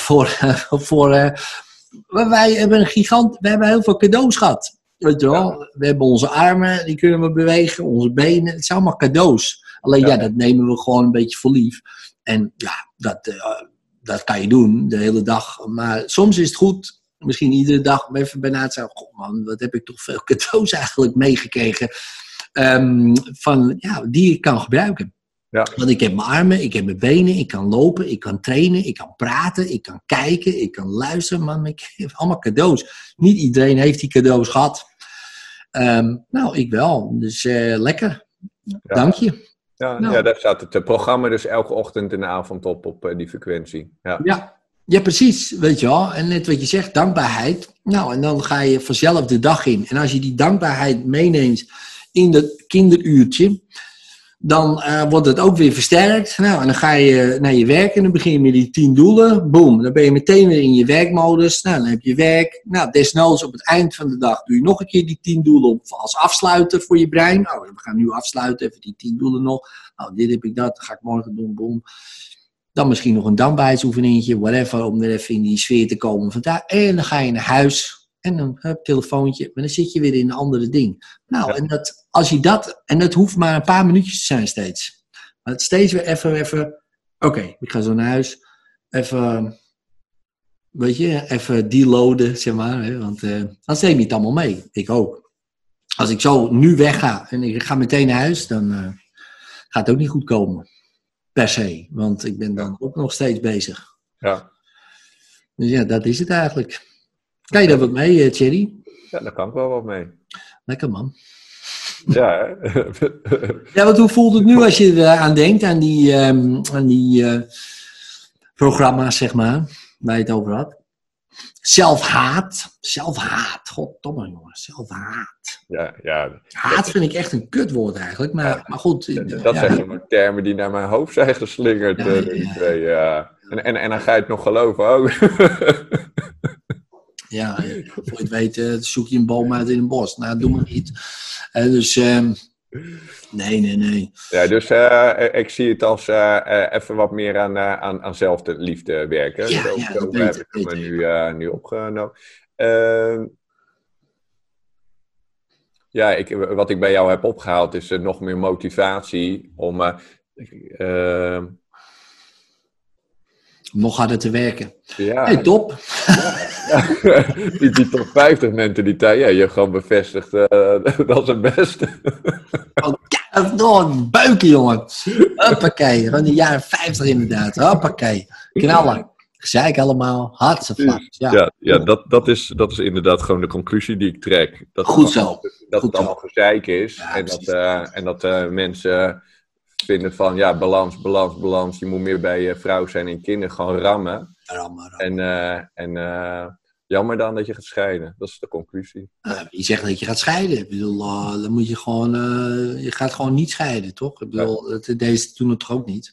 Wij hebben we hebben heel veel cadeaus gehad. Weet je wel? Ja. We hebben onze armen, die kunnen we bewegen. Onze benen, het zijn allemaal cadeaus. Alleen dat nemen we gewoon een beetje voor lief. En dat kan je doen de hele dag. Maar soms is het goed... Misschien iedere dag even bijna te zeggen... God man, wat heb ik toch veel cadeaus eigenlijk meegekregen die ik kan gebruiken. Ja. Want ik heb mijn armen, ik heb mijn benen, ik kan lopen, ik kan trainen, ik kan praten, ik kan kijken, ik kan luisteren. Man, ik heb allemaal cadeaus. Niet iedereen heeft die cadeaus gehad. Ik wel. Dus lekker. Ja. Dank je. Ja, Nou. ja, daar staat het programma dus elke ochtend en avond op die frequentie. Ja. Ja, precies. Weet je wel. En net wat je zegt, dankbaarheid. Nou, en dan ga je vanzelf de dag in. En als je die dankbaarheid meeneemt in dat kinderuurtje, dan wordt het ook weer versterkt. Nou, en dan ga je naar je werk en dan begin je met die 10 doelen. Boom, dan ben je meteen weer in je werkmodus. Nou, dan heb je werk. Nou, desnoods op het eind van de dag doe je nog een keer die 10 doelen op als afsluiter voor je brein. Nou, we gaan nu afsluiten, even die 10 doelen nog. Nou, dit heb ik dat ga ik morgen doen, boom. Dan misschien nog een dankbaarheidsoefeningetje, whatever, om er even in die sfeer te komen vandaag. En dan ga je naar huis. En dan heb telefoontje, maar dan zit je weer in een andere ding. Nou, en dat hoeft maar een paar minuutjes te zijn steeds. Maar het steeds weer even, oké, ik ga zo naar huis. Even, even deloaden, zeg maar. Hè, want dan neem je het allemaal mee. Ik ook. Als ik zo nu wegga en ik ga meteen naar huis, dan gaat het ook niet goed komen. Per se, want ik ben dan ook nog steeds bezig. Ja. Dus ja, dat is het eigenlijk. Kan je daar wat mee, Thierry? Ja, daar kan ik wel wat mee. Lekker, man. Ja, hè? Ja, want hoe voelt het nu als je eraan denkt, aan die programma's, zeg maar, waar je het over had? Zelfhaat, goddomme jongen, zelfhaat. Ja. Haat vind ik echt een kutwoord eigenlijk, maar goed. Dat zijn zo'n termen die naar mijn hoofd zijn geslingerd. En dan ga je het nog geloven ook. Ja, voor je het weet zoek je een boom uit in een bos. Nou, doe maar niet. Nee. Ja, dus ik zie het als even wat meer aan zelfliefde werken. Ja, Zo heb ik hem nu opgenomen. Wat ik bij jou heb opgehaald is nog meer motivatie om... nog harder te werken. Ja. Hey, top. Die top 50 mentaliteit, ja, je gewoon bevestigt dat is het beste. Een buiken, jongen. Hoppakee, van de jaren 50 inderdaad. Hoppakee. Knallen. Gezeik allemaal. Hartstikke Ja, dat is inderdaad gewoon de conclusie die ik trek. Goed zo. Dat het allemaal gezeik is. Ja, en dat mensen vinden van, ja, balans. Je moet meer bij je vrouw zijn en kinderen gewoon rammen. En jammer dan dat je gaat scheiden. Dat is de conclusie. Wie zegt dat je gaat scheiden? Ik bedoel, dan moet je gewoon... je gaat gewoon niet scheiden, toch? Ik bedoel, deze doen het toch ook niet?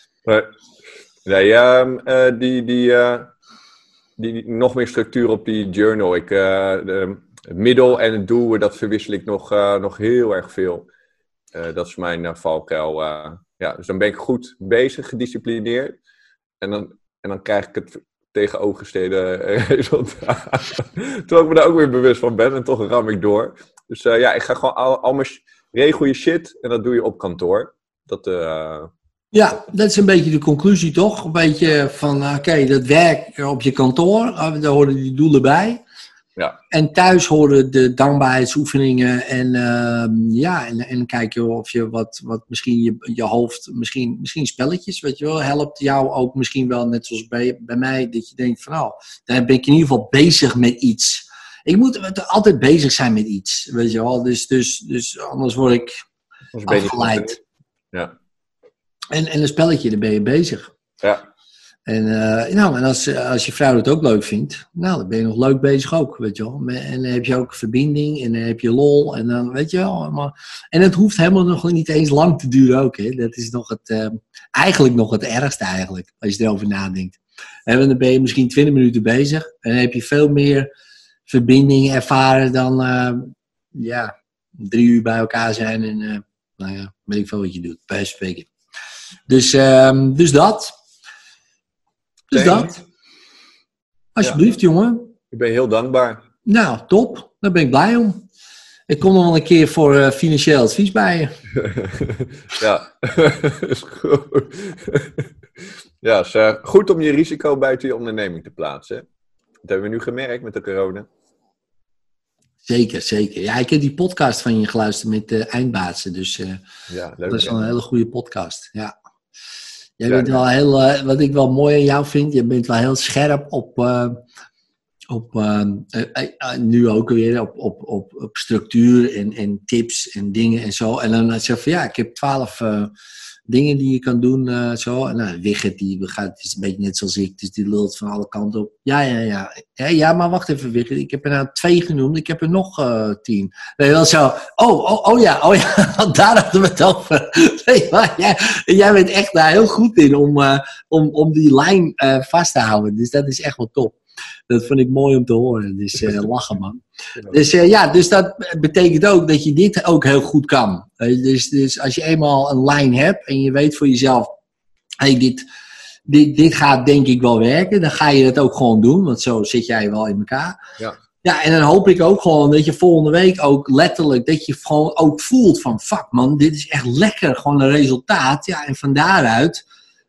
Die nog meer structuur op die journal. Het middel en het doel, dat verwissel ik nog heel erg veel. Dat is mijn valkuil. Dus dan ben ik goed bezig, gedisciplineerd. En dan krijg ik het tegenovergestelde resultaat. Terwijl ik me daar ook weer bewust van ben. En toch ram ik door. Dus ik ga gewoon al mijn regel je shit. En dat doe je op kantoor. Ja, dat is een beetje de conclusie, toch? Een beetje van, oké, dat werk op je kantoor. Daar horen die doelen bij. Ja. En thuis horen de dankbaarheidsoefeningen en kijk je of je wat misschien je hoofd, misschien spelletjes, weet je wel, helpt jou ook misschien wel, net zoals bij mij, dat je denkt van, dan ben ik in ieder geval bezig met iets. Ik moet altijd bezig zijn met iets, weet je wel, dus anders word ik afgeleid. Ja. En een spelletje, daar ben je bezig. Ja. En als je vrouw het ook leuk vindt, dan ben je nog leuk bezig ook, weet je wel. En dan heb je ook verbinding en dan heb je lol en dan, weet je wel. En het hoeft helemaal nog niet eens lang te duren ook, hè. Dat is nog eigenlijk nog het ergste eigenlijk, als je erover nadenkt. En dan ben je misschien 20 minuten bezig en dan heb je veel meer verbinding ervaren dan, 3 uur bij elkaar zijn en, weet ik veel wat je doet, bij wijze van spreken. Dus dat. Alsjeblieft, jongen. Ik ben heel dankbaar. Nou, top. Daar ben ik blij om. Ik kom nog wel een keer voor financieel advies bij je. Ja, is goed. Ja, is goed om je risico buiten je onderneming te plaatsen. Dat hebben we nu gemerkt met de corona. Zeker, zeker. Ja, ik heb die podcast van je geluisterd met Eindbaatsen. Dus Ja, leuk. dat is wel een hele goede podcast. Ja. Jij Ja, bent wel heel, wat ik wel mooi aan jou vind, je bent wel heel scherp nu ook weer op structuur en tips en dingen en zo. En dan zeg je van ja, ik heb 12 dingen die je kan doen. Zo. En nou, Wigert, het is een beetje net zoals ik, dus die lult van alle kanten op. Ja, maar wacht even Wigert, ik heb er nou 2 genoemd, ik heb er nog 10. Weet je wel zo, oh ja, daar hadden we het over. Nee, maar jij bent echt daar heel goed in om die lijn vast te houden. Dus dat is echt wel top. Dat vond ik mooi om te horen. Dus lachen, man. Dus dat betekent ook dat je dit ook heel goed kan. Dus als je eenmaal een lijn hebt en je weet voor jezelf, hey, dit gaat denk ik wel werken, dan ga je dat ook gewoon doen. Want zo zit jij wel in elkaar. Ja, en dan hoop ik ook gewoon dat je volgende week ook letterlijk, dat je gewoon ook voelt van, fuck man, dit is echt lekker. Gewoon een resultaat. Ja, en van daaruit...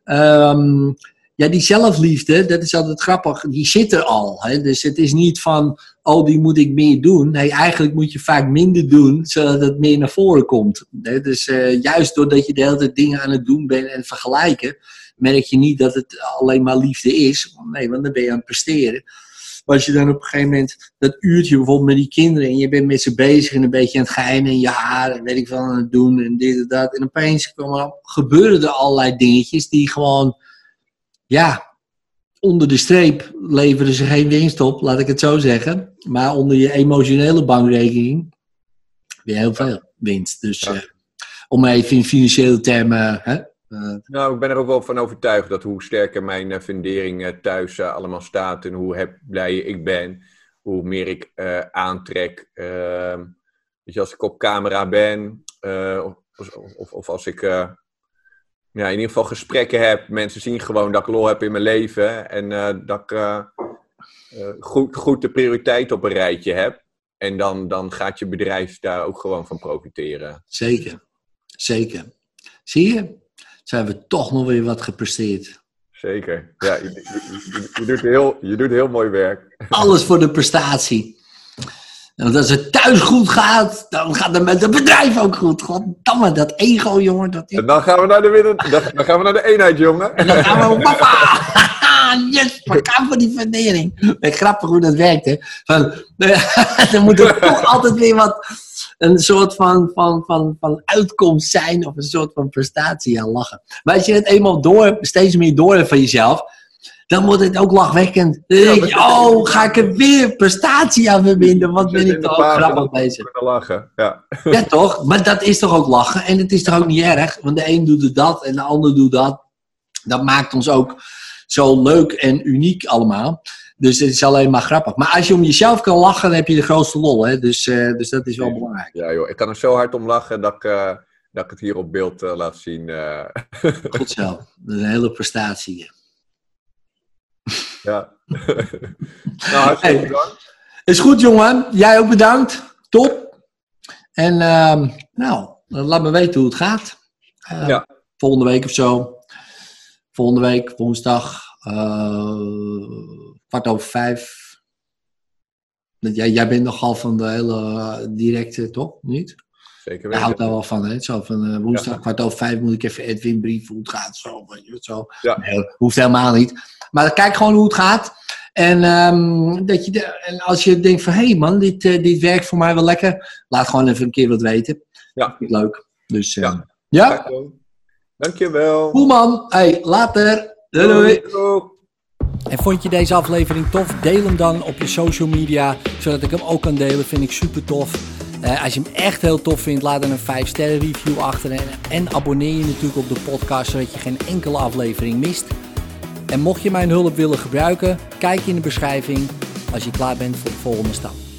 Ja, die zelfliefde, dat is altijd grappig, die zit er al. Hè? Dus het is niet van, die moet ik meer doen. Nee, eigenlijk moet je vaak minder doen, zodat het meer naar voren komt. Hè? Dus juist doordat je de hele tijd dingen aan het doen bent en vergelijken, merk je niet dat het alleen maar liefde is. Nee, want dan ben je aan het presteren. Maar als je dan op een gegeven moment dat uurtje bijvoorbeeld met die kinderen en je bent met ze bezig en een beetje aan het geheim en je haar en weet ik veel aan het doen en dit en dat. En opeens gebeuren er allerlei dingetjes die gewoon... Ja, onder de streep leveren ze geen winst op, laat ik het zo zeggen. Maar onder je emotionele bankrekening weer heel veel winst. Dus om even in financiële termen... Nou, ik ben er ook wel van overtuigd dat hoe sterker mijn fundering thuis allemaal staat en hoe blij ik ben, hoe meer ik aantrek. Dus als ik op camera ben of als ik... in ieder geval gesprekken heb. Mensen zien gewoon dat ik lol heb in mijn leven. En dat ik goed de prioriteit op een rijtje heb. En dan gaat je bedrijf daar ook gewoon van profiteren. Zeker. Zeker. Zie je? Ze hebben toch nog weer wat gepresteerd. Zeker. Ja, je doet heel mooi werk. Alles voor de prestatie. En als het thuis goed gaat, dan gaat het met het bedrijf ook goed. Goddamme, dat ego, jongen. En dan gaan we naar de eenheid, jongen. En dan gaan we, papa, yes, we gaan voor die fundering. Grappig hoe dat werkt, hè. Er moet er toch altijd weer een soort van uitkomst zijn, of een soort van prestatie aan lachen. Maar als je het eenmaal steeds meer door hebt van jezelf, dan wordt het ook lachwekkend. Dan denk je, ga ik er weer prestatie aan verbinden? Wat ben ik toch ook grappig bezig. Lachen. Ja, toch? Maar dat is toch ook lachen? En het is toch ook niet erg? Want de een doet dat en de ander doet dat. Dat maakt ons ook zo leuk en uniek allemaal. Dus het is alleen maar grappig. Maar als je om jezelf kan lachen, dan heb je de grootste lol. Hè? Dus dat is wel belangrijk. Ja joh, ik kan er zo hard om lachen dat ik het hier op beeld laat zien. Goed zo. Dat is een hele prestatie. Ja. Nou, hartstikke bedankt. Is goed, jongen. Jij ook bedankt. Top. En laat me weten hoe het gaat. Volgende week of zo. Volgende week, woensdag, 5:15. Jij bent nogal van de hele directe, toch? Niet? Zeker Je weten. houdt daar wel van, hè? Zo van woensdag, 4:15 moet ik even Edwin brief hoe het gaat. Zo. Ja. Nee, hoeft helemaal niet. Maar kijk gewoon hoe het gaat. En, en als je denkt van, hé man, dit werkt voor mij wel lekker. Laat gewoon even een keer wat weten. Ja. Vind ik leuk. Dus ja. Dankjewel. Cool man. Hey, later. Doei. En vond je deze aflevering tof? Deel hem dan op je social media, zodat ik hem ook kan delen. Vind ik super tof. Als je hem echt heel tof vindt, laat dan een 5-sterren review achter. En abonneer je natuurlijk op de podcast, zodat je geen enkele aflevering mist. En mocht je mijn hulp willen gebruiken, kijk in de beschrijving als je klaar bent voor de volgende stap.